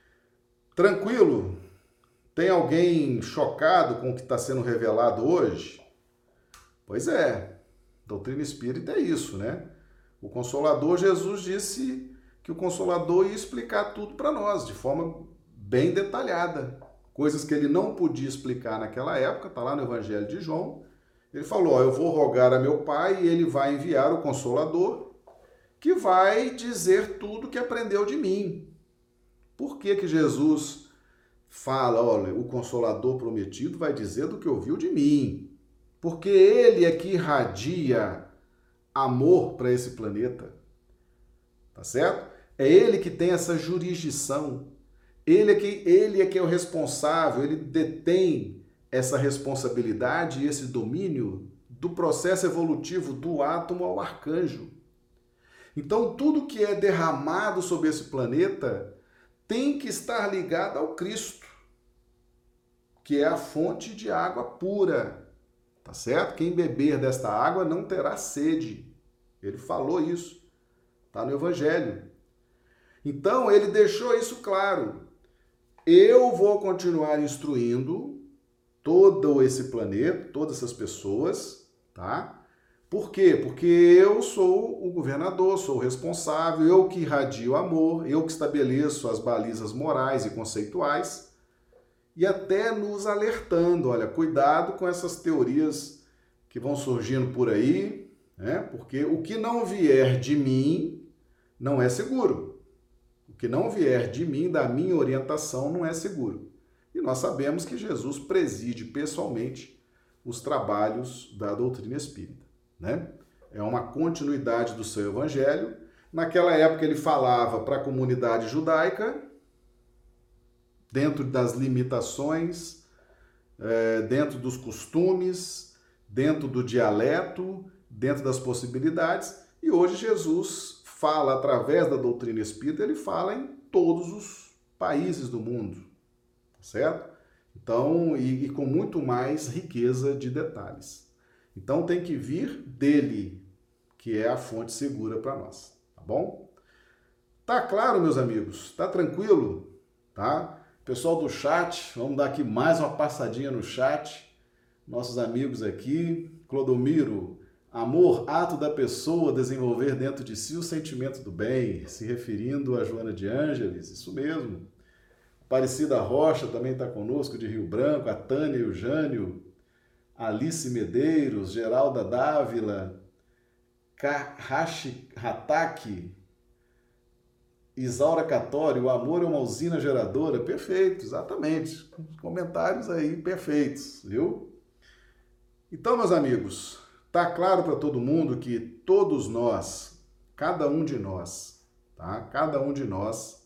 Tranquilo? Tem alguém chocado com o que está sendo revelado hoje? Pois é, doutrina espírita é isso, né? O Consolador, Jesus disse que o Consolador ia explicar tudo para nós, de forma bem detalhada. Coisas que ele não podia explicar naquela época, está lá no Evangelho de João. Ele falou, ó, eu vou rogar a meu Pai e ele vai enviar o Consolador, que vai dizer tudo que aprendeu de mim. Por que que Jesus fala, olha, o Consolador prometido vai dizer do que ouviu de mim? Porque ele é que irradia amor para esse planeta, tá certo? É ele que tem essa jurisdição, ele é, que, ele é que é o responsável, ele detém essa responsabilidade e esse domínio do processo evolutivo do átomo ao arcanjo. Então, tudo que é derramado sobre esse planeta tem que estar ligado ao Cristo, que é a fonte de água pura. Tá certo? Quem beber desta água não terá sede. Ele falou isso. Está no Evangelho. Então, ele deixou isso claro. Eu vou continuar instruindo todo esse planeta, todas essas pessoas, tá? Por quê? Porque eu sou o governador, sou o responsável, eu que irradio o amor, eu que estabeleço as balizas morais e conceituais, e até nos alertando, olha, cuidado com essas teorias que vão surgindo por aí, né? Porque o que não vier de mim não é seguro. O que não vier de mim, da minha orientação, não é seguro. E nós sabemos que Jesus preside pessoalmente os trabalhos da doutrina espírita, né? É uma continuidade do seu evangelho. Naquela época ele falava para a comunidade judaica, dentro das limitações, é, dentro dos costumes, dentro do dialeto, dentro das possibilidades. E hoje Jesus fala, através da doutrina espírita, ele fala em todos os países do mundo, certo? Então, e, e com muito mais riqueza de detalhes. Então tem que vir dele, que é a fonte segura para nós, tá bom? Tá claro, meus amigos? Tá tranquilo? Tá? Pessoal do chat, vamos dar aqui mais uma passadinha no chat. Nossos amigos aqui, Clodomiro, amor, ato da pessoa desenvolver dentro de si o sentimento do bem, se referindo a Joana de Ângeles, isso mesmo. Aparecida Rocha também está conosco, de Rio Branco, a Tânia e o Jânio, Alice Medeiros, Geralda Dávila, Kahashi Hataki, Isaura Catório, o amor é uma usina geradora. Perfeito, exatamente. Comentários aí perfeitos, viu? Então, meus amigos, tá claro para todo mundo que todos nós, cada um de nós, tá? Cada um de nós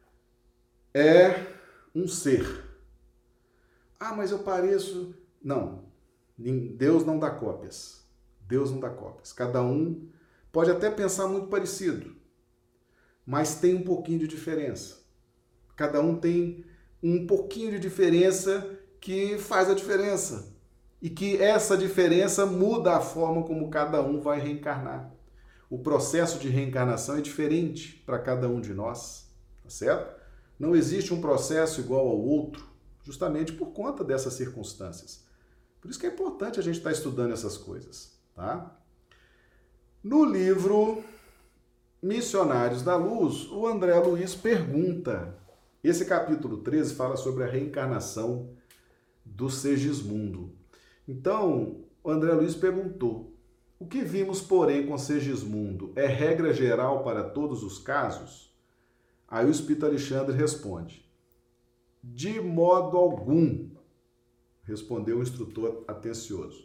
é um ser. Ah, mas eu pareço... Não, Deus não dá cópias. Deus não dá cópias. Cada um pode até pensar muito parecido, mas tem um pouquinho de diferença. Cada um tem um pouquinho de diferença que faz a diferença. E que essa diferença muda a forma como cada um vai reencarnar. O processo de reencarnação é diferente para cada um de nós, tá certo? Não existe um processo igual ao outro, justamente por conta dessas circunstâncias. Por isso que é importante a gente estar estudando essas coisas, tá? No livro Missionários da Luz, o André Luiz pergunta. Esse capítulo treze fala sobre a reencarnação do Segismundo. Então, o André Luiz perguntou: o que vimos, porém, com Segismundo é regra geral para todos os casos? Aí o Espírito Alexandre responde: de modo algum, respondeu o instrutor atencioso.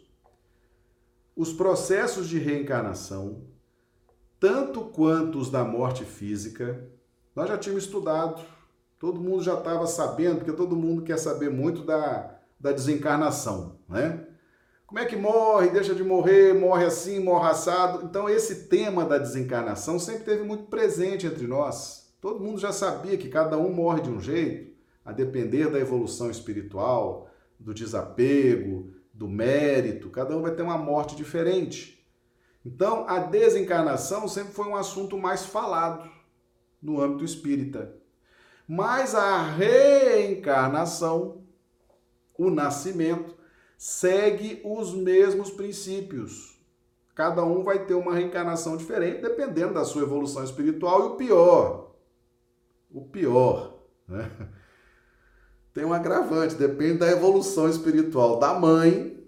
Os processos de reencarnação, tanto quanto os da morte física, nós já tínhamos estudado, todo mundo já estava sabendo, porque todo mundo quer saber muito da, da desencarnação, né? Como é que morre, deixa de morrer, morre assim, morre assado. Então esse tema da desencarnação sempre esteve muito presente entre nós. Todo mundo já sabia que cada um morre de um jeito, a depender da evolução espiritual, do desapego, do mérito, cada um vai ter uma morte diferente. Então, a desencarnação sempre foi um assunto mais falado no âmbito espírita. Mas a reencarnação, o nascimento, segue os mesmos princípios. Cada um vai ter uma reencarnação diferente, dependendo da sua evolução espiritual. E o pior, o pior, né? Tem um agravante, depende da evolução espiritual da mãe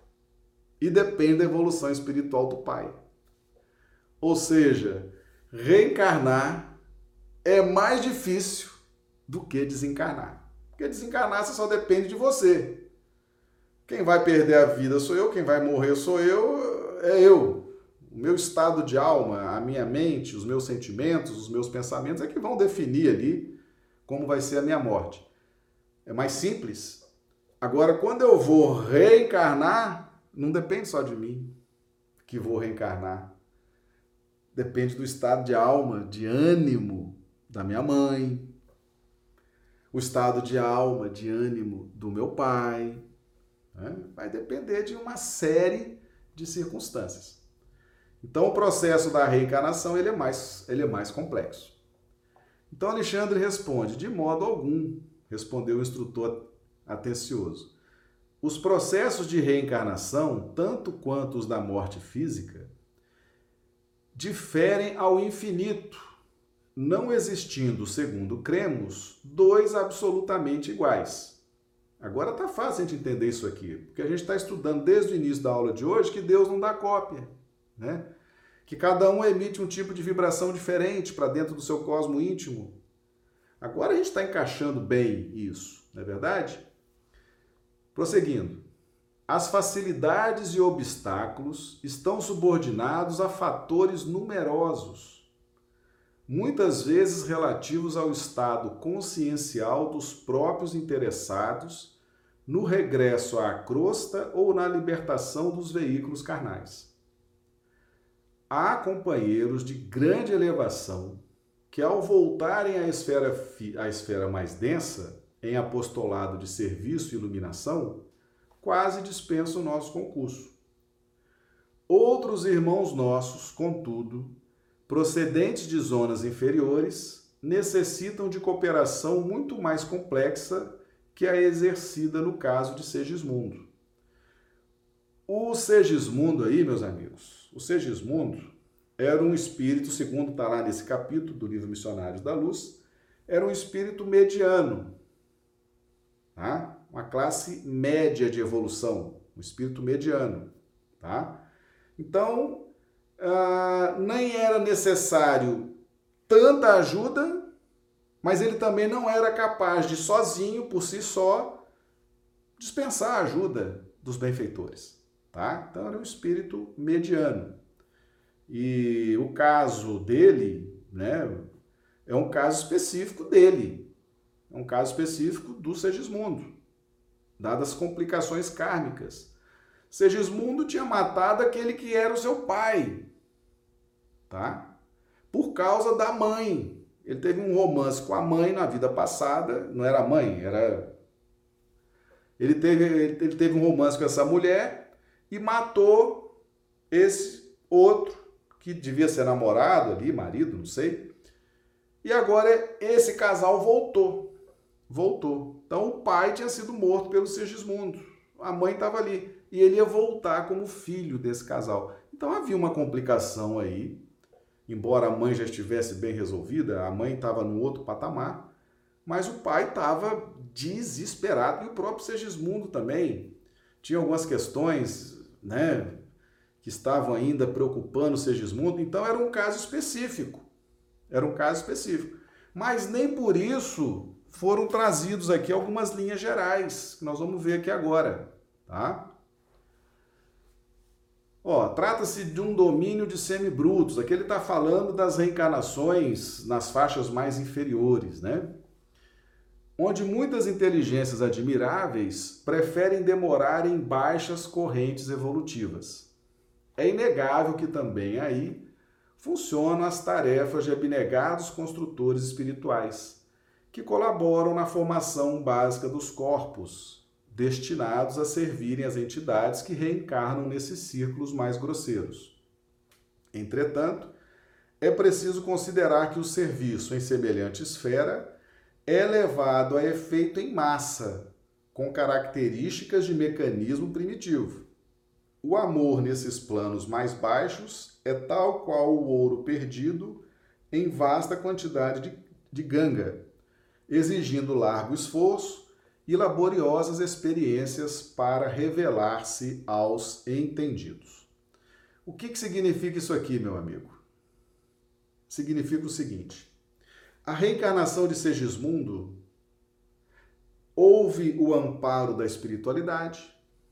e depende da evolução espiritual do pai. Ou seja, reencarnar é mais difícil do que desencarnar. Porque desencarnar você só depende de você. Quem vai perder a vida sou eu, quem vai morrer sou eu, é eu. O meu estado de alma, a minha mente, os meus sentimentos, os meus pensamentos é que vão definir ali como vai ser a minha morte. É mais simples. Agora, quando eu vou reencarnar, não depende só de mim que vou reencarnar. Depende do estado de alma, de ânimo da minha mãe, o estado de alma, de ânimo do meu pai. Né? Vai depender de uma série de circunstâncias. Então, o processo da reencarnação ele é mais, ele é mais complexo. Então, Alexandre responde: de modo algum, respondeu o instrutor atencioso. Os processos de reencarnação, tanto quanto os da morte física, diferem ao infinito, não existindo, segundo cremos, dois absolutamente iguais. Agora tá fácil a gente entender isso aqui, porque a gente está estudando desde o início da aula de hoje que Deus não dá cópia, né? Que cada um emite um tipo de vibração diferente para dentro do seu cosmo íntimo. Agora a gente está encaixando bem isso, não é verdade? Prosseguindo. As facilidades e obstáculos estão subordinados a fatores numerosos, muitas vezes relativos ao estado consciencial dos próprios interessados no regresso à crosta ou na libertação dos veículos carnais. Há companheiros de grande elevação que, ao voltarem à esfera, à esfera mais densa, em apostolado de serviço e iluminação, quase dispensam o nosso concurso. Outros irmãos nossos, contudo, procedentes de zonas inferiores, necessitam de cooperação muito mais complexa que a exercida no caso de Segismundo. O Segismundo aí, meus amigos, o Segismundo era um espírito, segundo está lá nesse capítulo do livro Missionários da Luz, era um espírito mediano, tá? Uma classe média de evolução, um espírito mediano, tá? Então, ah, nem era necessário tanta ajuda, mas ele também não era capaz de, sozinho, por si só, dispensar a ajuda dos benfeitores, tá? Então, era um espírito mediano. E o caso dele, né, é um caso específico dele, é um caso específico do Segismundo, dadas as complicações kármicas. Segismundo tinha matado aquele que era o seu pai, tá? Por causa da mãe. Ele teve um romance com a mãe na vida passada, não era a mãe, era, Ele teve, ele teve um romance com essa mulher e matou esse outro, que devia ser namorado ali, marido, não sei. E agora esse casal voltou. Voltou. Então o pai tinha sido morto pelo Segismundo. A mãe estava ali. E ele ia voltar como filho desse casal. Então havia uma complicação aí. Embora a mãe já estivesse bem resolvida, a mãe estava num outro patamar, mas o pai estava desesperado. E o próprio Segismundo também. Tinha algumas questões, né, que estavam ainda preocupando o Segismundo. Então era um caso específico. Era um caso específico. Mas nem por isso foram trazidos aqui algumas linhas gerais, que nós vamos ver aqui agora, tá? Ó, trata-se de um domínio de semibrutos. Aqui ele está falando das reencarnações nas faixas mais inferiores, né? Onde muitas inteligências admiráveis preferem demorar em baixas correntes evolutivas. É inegável que também aí funcionam as tarefas de abnegados construtores espirituais, que colaboram na formação básica dos corpos, destinados a servirem as entidades que reencarnam nesses círculos mais grosseiros. Entretanto, é preciso considerar que o serviço em semelhante esfera é levado a efeito em massa, com características de mecanismo primitivo. O amor nesses planos mais baixos é tal qual o ouro perdido em vasta quantidade de, de ganga, exigindo largo esforço e laboriosas experiências para revelar-se aos entendidos. O que, que significa isso aqui, meu amigo? Significa o seguinte: a reencarnação de Segismundo houve o amparo da espiritualidade,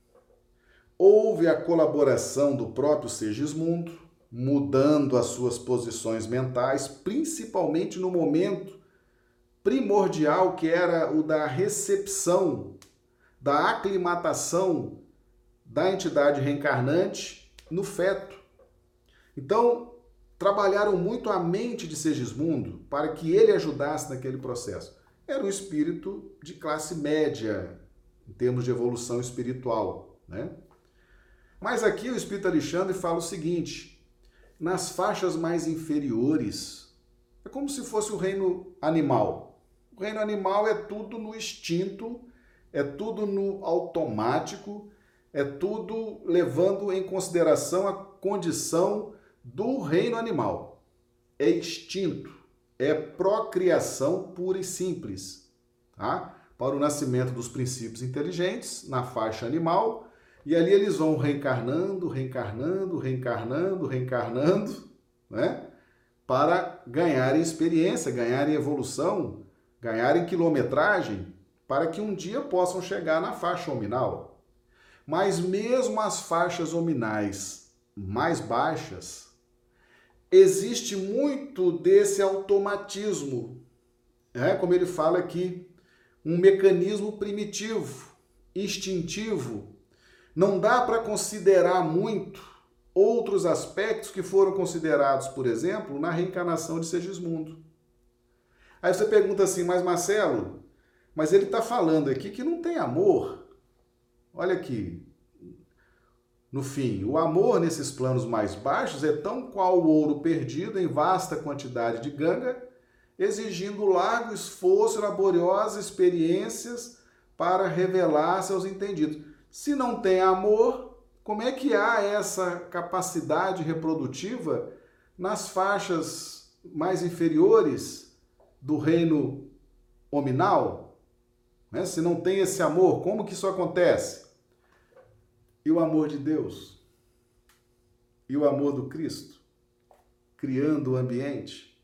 houve a colaboração do próprio Segismundo, mudando as suas posições mentais, principalmente no momento primordial que era o da recepção, da aclimatação da entidade reencarnante no feto. Então, trabalharam muito a mente de Segismundo para que ele ajudasse naquele processo. Era um espírito de classe média, em termos de evolução espiritual, né? Mas aqui o Espírito Alexandre fala o seguinte: nas faixas mais inferiores, é como se fosse o reino animal. O reino animal é tudo no instinto, é tudo no automático, é tudo levando em consideração a condição do reino animal. É instinto, é procriação pura e simples, tá? Para o nascimento dos princípios inteligentes na faixa animal, e ali eles vão reencarnando, reencarnando, reencarnando, reencarnando, né? Para ganharem experiência, ganharem evolução, ganharem quilometragem, para que um dia possam chegar na faixa hominal. Mas mesmo as faixas hominais mais baixas, existe muito desse automatismo, né? Como ele fala aqui, um mecanismo primitivo, instintivo. Não dá para considerar muito outros aspectos que foram considerados, por exemplo, na reencarnação de Segismundo. Aí você pergunta assim, mas Marcelo, mas ele está falando aqui que não tem amor. Olha aqui, no fim, o amor nesses planos mais baixos é tão qual o ouro perdido em vasta quantidade de ganga, exigindo largo esforço e laboriosas experiências para revelar seus entendidos. Se não tem amor, como é que há essa capacidade reprodutiva nas faixas mais inferiores do reino hominal? Né? Se não tem esse amor, como que isso acontece? E o amor de Deus? E o amor do Cristo? Criando o ambiente?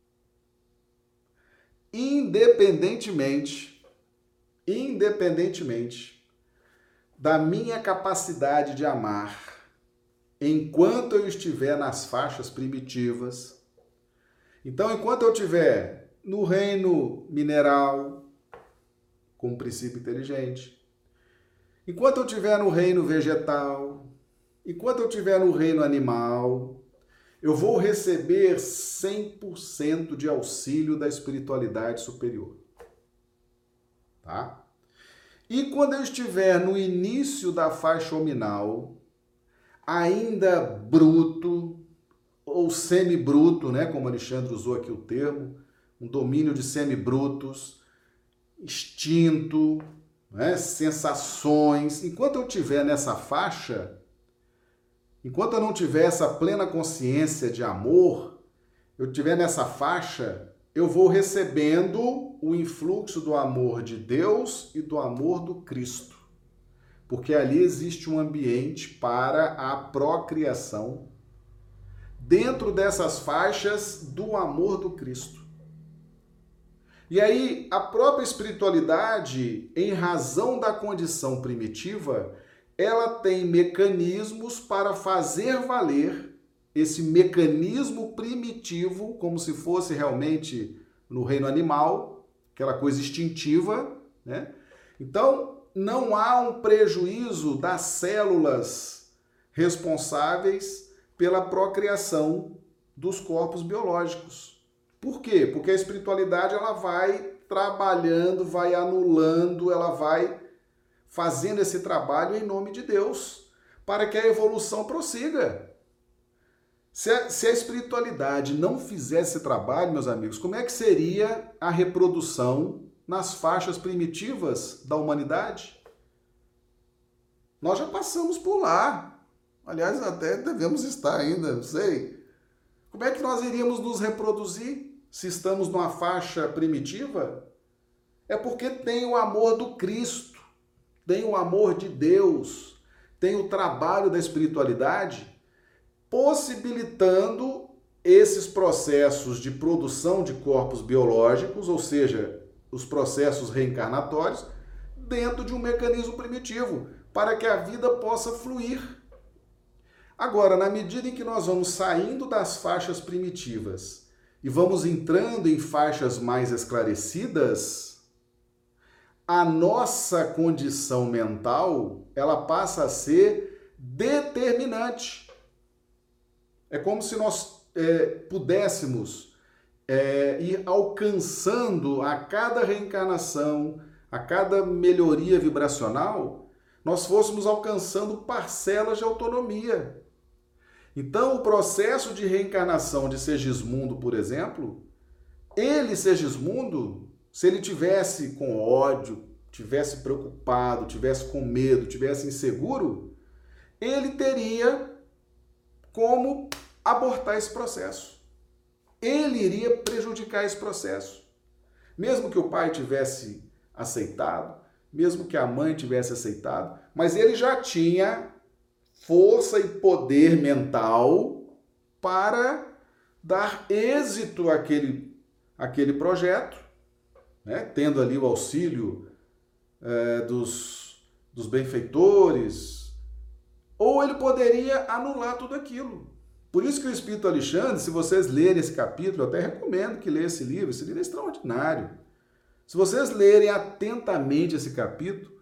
Independentemente, independentemente da minha capacidade de amar, enquanto eu estiver nas faixas primitivas, então enquanto eu estiver no reino mineral, com o princípio inteligente, enquanto eu estiver no reino vegetal, enquanto eu estiver no reino animal, eu vou receber cem por cento de auxílio da espiritualidade superior. Tá? E quando eu estiver no início da faixa hominal, ainda bruto, ou semibruto, né, como Alexandre usou aqui o termo, um domínio de semibrutos, instinto, né, sensações. Enquanto eu estiver nessa faixa, enquanto eu não tiver essa plena consciência de amor, eu estiver nessa faixa, eu vou recebendo o influxo do amor de Deus e do amor do Cristo. Porque ali existe um ambiente para a procriação dentro dessas faixas do amor do Cristo. E aí, a própria espiritualidade, em razão da condição primitiva, ela tem mecanismos para fazer valer esse mecanismo primitivo, como se fosse realmente no reino animal, aquela coisa instintiva, né? Então, não há um prejuízo das células responsáveis pela procriação dos corpos biológicos. Por quê? Porque a espiritualidade ela vai trabalhando, vai anulando, ela vai fazendo esse trabalho em nome de Deus, para que a evolução prossiga. Se a, se a espiritualidade não fizesse esse trabalho, meus amigos, como é que seria a reprodução nas faixas primitivas da humanidade? Nós já passamos por lá. Aliás, até devemos estar ainda, não sei. Como é que nós iríamos nos reproduzir se estamos numa faixa primitiva? É porque tem o amor do Cristo, tem o amor de Deus, tem o trabalho da espiritualidade, possibilitando esses processos de produção de corpos biológicos, ou seja, os processos reencarnatórios, dentro de um mecanismo primitivo, para que a vida possa fluir. Agora, na medida em que nós vamos saindo das faixas primitivas e vamos entrando em faixas mais esclarecidas, a nossa condição mental, ela passa a ser determinante. É como se nós é, pudéssemos é, ir alcançando a cada reencarnação, a cada melhoria vibracional, nós fôssemos alcançando parcelas de autonomia. Então, o processo de reencarnação de Segismundo, por exemplo, ele, Segismundo, se ele tivesse com ódio, tivesse preocupado, tivesse com medo, tivesse inseguro, ele teria como abortar esse processo. Ele iria prejudicar esse processo. Mesmo que o pai tivesse aceitado, mesmo que a mãe tivesse aceitado, mas ele já tinha força e poder mental para dar êxito àquele, àquele projeto, né? Tendo ali o auxílio é, dos, dos benfeitores, ou ele poderia anular tudo aquilo. Por isso que o Espírito Alexandre, se vocês lerem esse capítulo, eu até recomendo que leiam esse livro, esse livro é extraordinário. Se vocês lerem atentamente esse capítulo,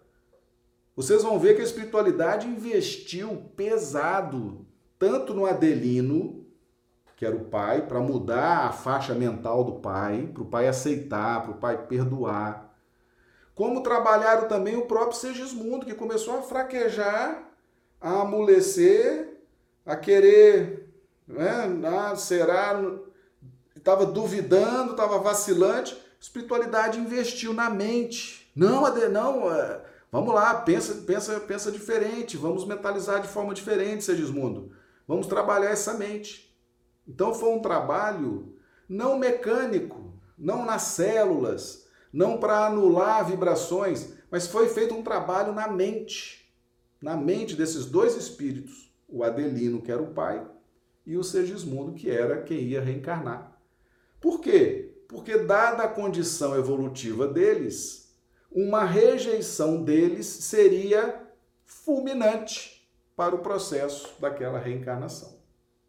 vocês vão ver que a espiritualidade investiu pesado, tanto no Adelino, que era o pai, para mudar a faixa mental do pai, para o pai aceitar, para o pai perdoar, como trabalharam também o próprio Segismundo, que começou a fraquejar, a amolecer, a querer, né, ah, será, estava duvidando, estava vacilante. A espiritualidade investiu na mente. Não, Ade, não, é, vamos lá, pensa, pensa, pensa diferente, vamos mentalizar de forma diferente, Segismundo. Vamos trabalhar essa mente. Então foi um trabalho não mecânico, não nas células, não para anular vibrações, mas foi feito um trabalho na mente, na mente desses dois espíritos, o Adelino, que era o pai, e o Segismundo, que era quem ia reencarnar. Por quê? Porque, dada a condição evolutiva deles, uma rejeição deles seria fulminante para o processo daquela reencarnação.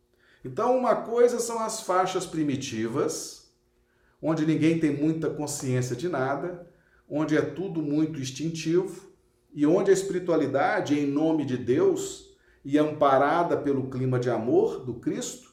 Então, uma coisa são as faixas primitivas, onde ninguém tem muita consciência de nada, onde é tudo muito instintivo, e onde a espiritualidade, em nome de Deus, e amparada pelo clima de amor do Cristo,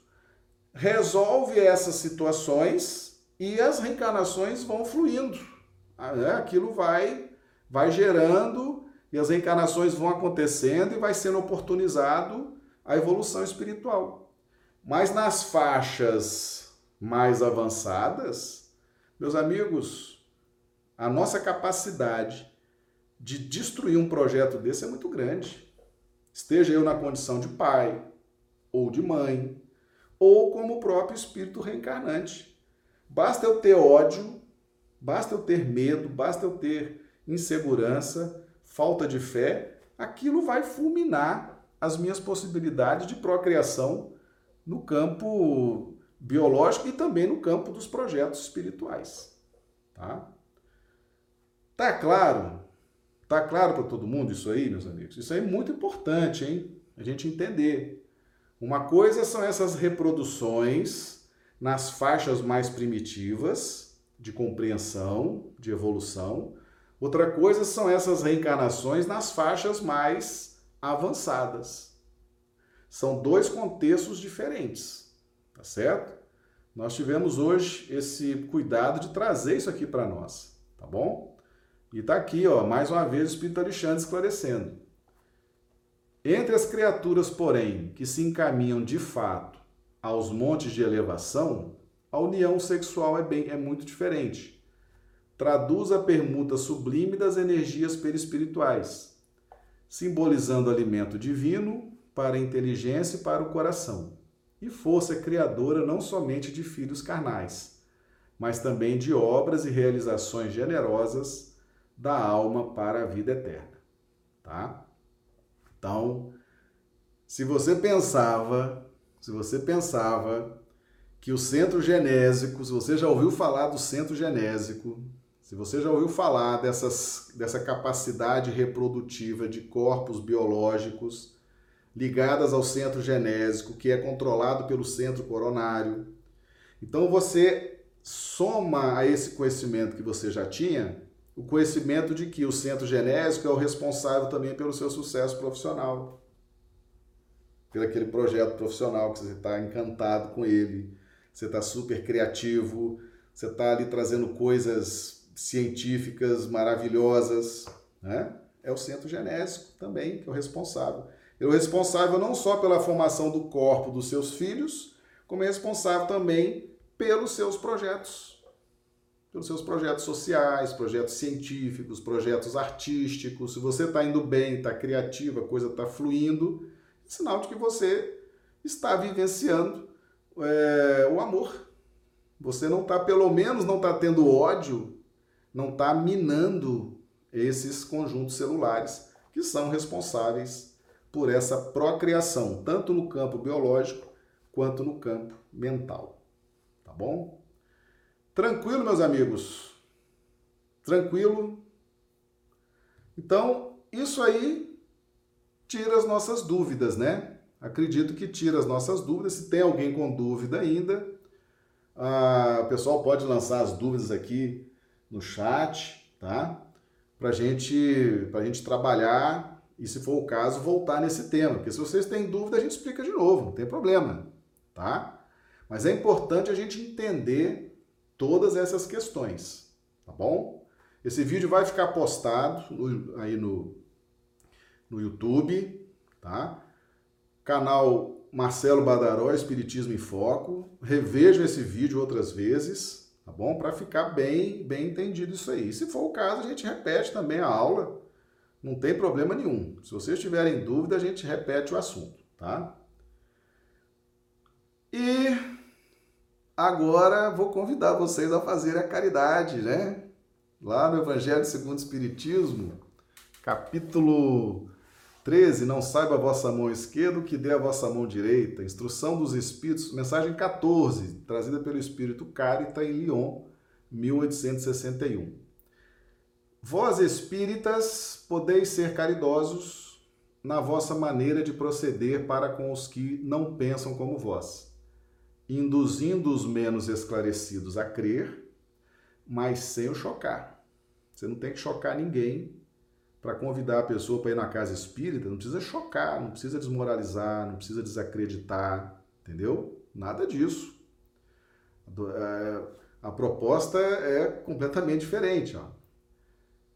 resolve essas situações e as reencarnações vão fluindo. Aquilo vai vai gerando e as reencarnações vão acontecendo e vai sendo oportunizado a evolução espiritual. Mas nas faixas mais avançadas, meus amigos, a nossa capacidade de destruir um projeto desse é muito grande. Esteja eu na condição de pai, ou de mãe, ou como o próprio espírito reencarnante. Basta eu ter ódio, basta eu ter medo, basta eu ter insegurança, falta de fé, aquilo vai fulminar as minhas possibilidades de procriação no campo biológico e também no campo dos projetos espirituais. Tá? Tá claro? Tá claro para todo mundo isso aí, meus amigos? Isso aí é muito importante, hein? A gente entender. Uma coisa são essas reproduções nas faixas mais primitivas de compreensão, de evolução. Outra coisa são essas reencarnações nas faixas mais avançadas. São dois contextos diferentes, tá certo? Nós tivemos hoje esse cuidado de trazer isso aqui para nós, tá bom? E tá aqui, ó, mais uma vez o Espírito Alexandre esclarecendo. Entre as criaturas, porém, que se encaminham de fato aos montes de elevação, a união sexual é, bem, é muito diferente. Traduz a permuta sublime das energias perispirituais, simbolizando alimento divino para a inteligência e para o coração, e força criadora não somente de filhos carnais, mas também de obras e realizações generosas da alma para a vida eterna. Tá? Então, se você pensava, se você pensava que o centro genésico, se você já ouviu falar do centro genésico, se você já ouviu falar dessas, dessa capacidade reprodutiva de corpos biológicos ligadas ao centro genésico, que é controlado pelo centro coronário, então você soma a esse conhecimento que você já tinha, o conhecimento de que o centro genésico é o responsável também pelo seu sucesso profissional, pelo aquele projeto profissional que você está encantado com ele, você está super criativo, você está ali trazendo coisas científicas maravilhosas, né? É o centro genésico também que é o responsável. Ele é o responsável não só pela formação do corpo dos seus filhos, como é responsável também pelos seus projetos. Pelos seus projetos sociais, projetos científicos, projetos artísticos. Se você está indo bem, está criativo, a coisa está fluindo, é sinal de que você está vivenciando é, o amor. Você não está, pelo menos, não está tendo ódio, não está minando esses conjuntos celulares que são responsáveis por essa procriação, tanto no campo biológico quanto no campo mental. Tá bom? Tranquilo, meus amigos? Tranquilo? Então, isso aí tira as nossas dúvidas, né? Acredito que tira as nossas dúvidas. Se tem alguém com dúvida ainda, ah, o pessoal pode lançar as dúvidas aqui no chat, tá? Pra gente, pra gente trabalhar e, se for o caso, voltar nesse tema. Porque se vocês têm dúvida, a gente explica de novo, não tem problema, tá? Mas é importante a gente entender todas essas questões, tá bom? Esse vídeo vai ficar postado no, aí no, no YouTube, tá? Canal Marcelo Badaró, Espiritismo em Foco. Revejam esse vídeo outras vezes, tá bom? Para ficar bem, bem entendido isso aí. Se for o caso, a gente repete também a aula, não tem problema nenhum. Se vocês tiverem dúvida, a gente repete o assunto, tá? E agora vou convidar vocês a fazer a caridade, né? Lá no Evangelho segundo o Espiritismo, capítulo treze, não saiba a vossa mão esquerda o que dê a vossa mão direita, instrução dos Espíritos, mensagem quatorze, trazida pelo Espírito Carita em Lyon, mil oitocentos e sessenta e um. Vós, espíritas, podeis ser caridosos na vossa maneira de proceder para com os que não pensam como vós, induzindo os menos esclarecidos a crer, mas sem o chocar. Você não tem que chocar ninguém para convidar a pessoa para ir na casa espírita, não precisa chocar, não precisa desmoralizar, não precisa desacreditar, entendeu? Nada disso. A proposta é completamente diferente, ó.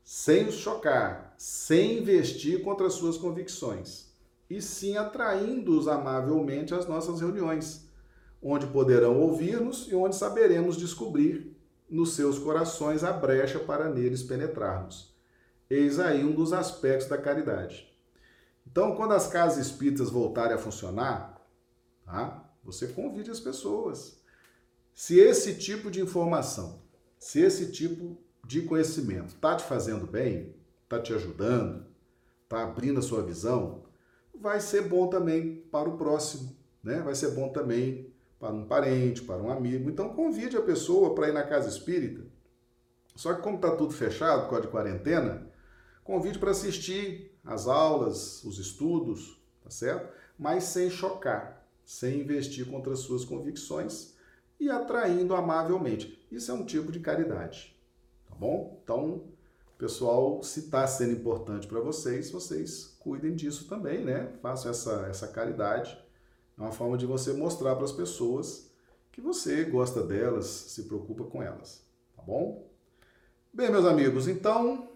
sem os chocar, sem investir contra as suas convicções, e sim atraindo-os amavelmente às nossas reuniões, onde poderão ouvir-nos e onde saberemos descobrir nos seus corações a brecha para neles penetrarmos. Eis aí um dos aspectos da caridade. Então, quando as casas espíritas voltarem a funcionar, tá? Você convide as pessoas. Se esse tipo de informação, se esse tipo de conhecimento está te fazendo bem, está te ajudando, está abrindo a sua visão, vai ser bom também para o próximo, né? Vai ser bom também para um parente, para um amigo. Então convide a pessoa para ir na casa espírita. Só que como está tudo fechado, por causa de quarentena, convide para assistir as aulas, os estudos, tá certo? Mas sem chocar, sem investir contra as suas convicções e atraindo amavelmente. Isso é um tipo de caridade, tá bom? Então, pessoal, se está sendo importante para vocês, vocês cuidem disso também, né? Façam essa, essa caridade. É uma forma de você mostrar para as pessoas que você gosta delas, se preocupa com elas, tá bom? Bem, meus amigos, então,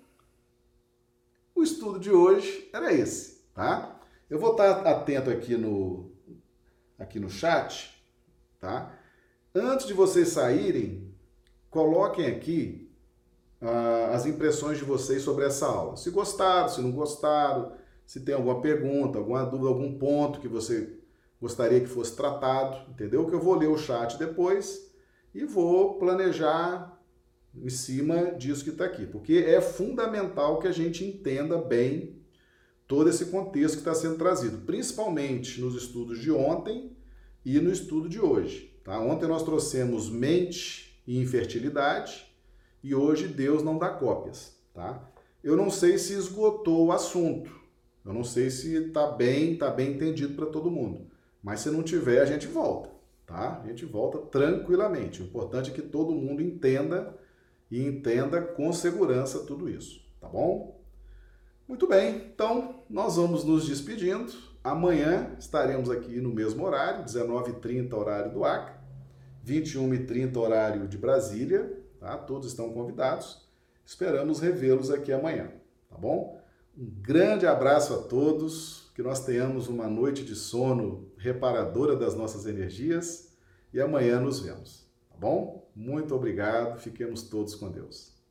o estudo de hoje era esse, tá? Eu vou estar atento aqui no, aqui no chat, tá? Antes de vocês saírem, coloquem aqui ah, as impressões de vocês sobre essa aula. Se gostaram, se não gostaram, se tem alguma pergunta, alguma dúvida, algum ponto que você gostaria que fosse tratado, entendeu? Que eu vou ler o chat depois e vou planejar em cima disso que está aqui, porque é fundamental que a gente entenda bem todo esse contexto que está sendo trazido, principalmente nos estudos de ontem e no estudo de hoje. Tá? Ontem nós trouxemos mente e infertilidade e hoje Deus não dá cópias. Tá? Eu não sei se esgotou o assunto, eu não sei se está bem, tá bem entendido para todo mundo. Mas se não tiver, a gente volta, tá? A gente volta tranquilamente. O importante é que todo mundo entenda e entenda com segurança tudo isso, tá bom? Muito bem, então nós vamos nos despedindo. Amanhã estaremos aqui no mesmo horário, dezenove e trinta horário do Acre, vinte e uma e trinta horário de Brasília, tá? Todos estão convidados. Esperamos revê-los aqui amanhã, tá bom? Um grande abraço a todos. Que nós tenhamos uma noite de sono reparadora das nossas energias e amanhã nos vemos, tá bom? Muito obrigado, fiquemos todos com Deus.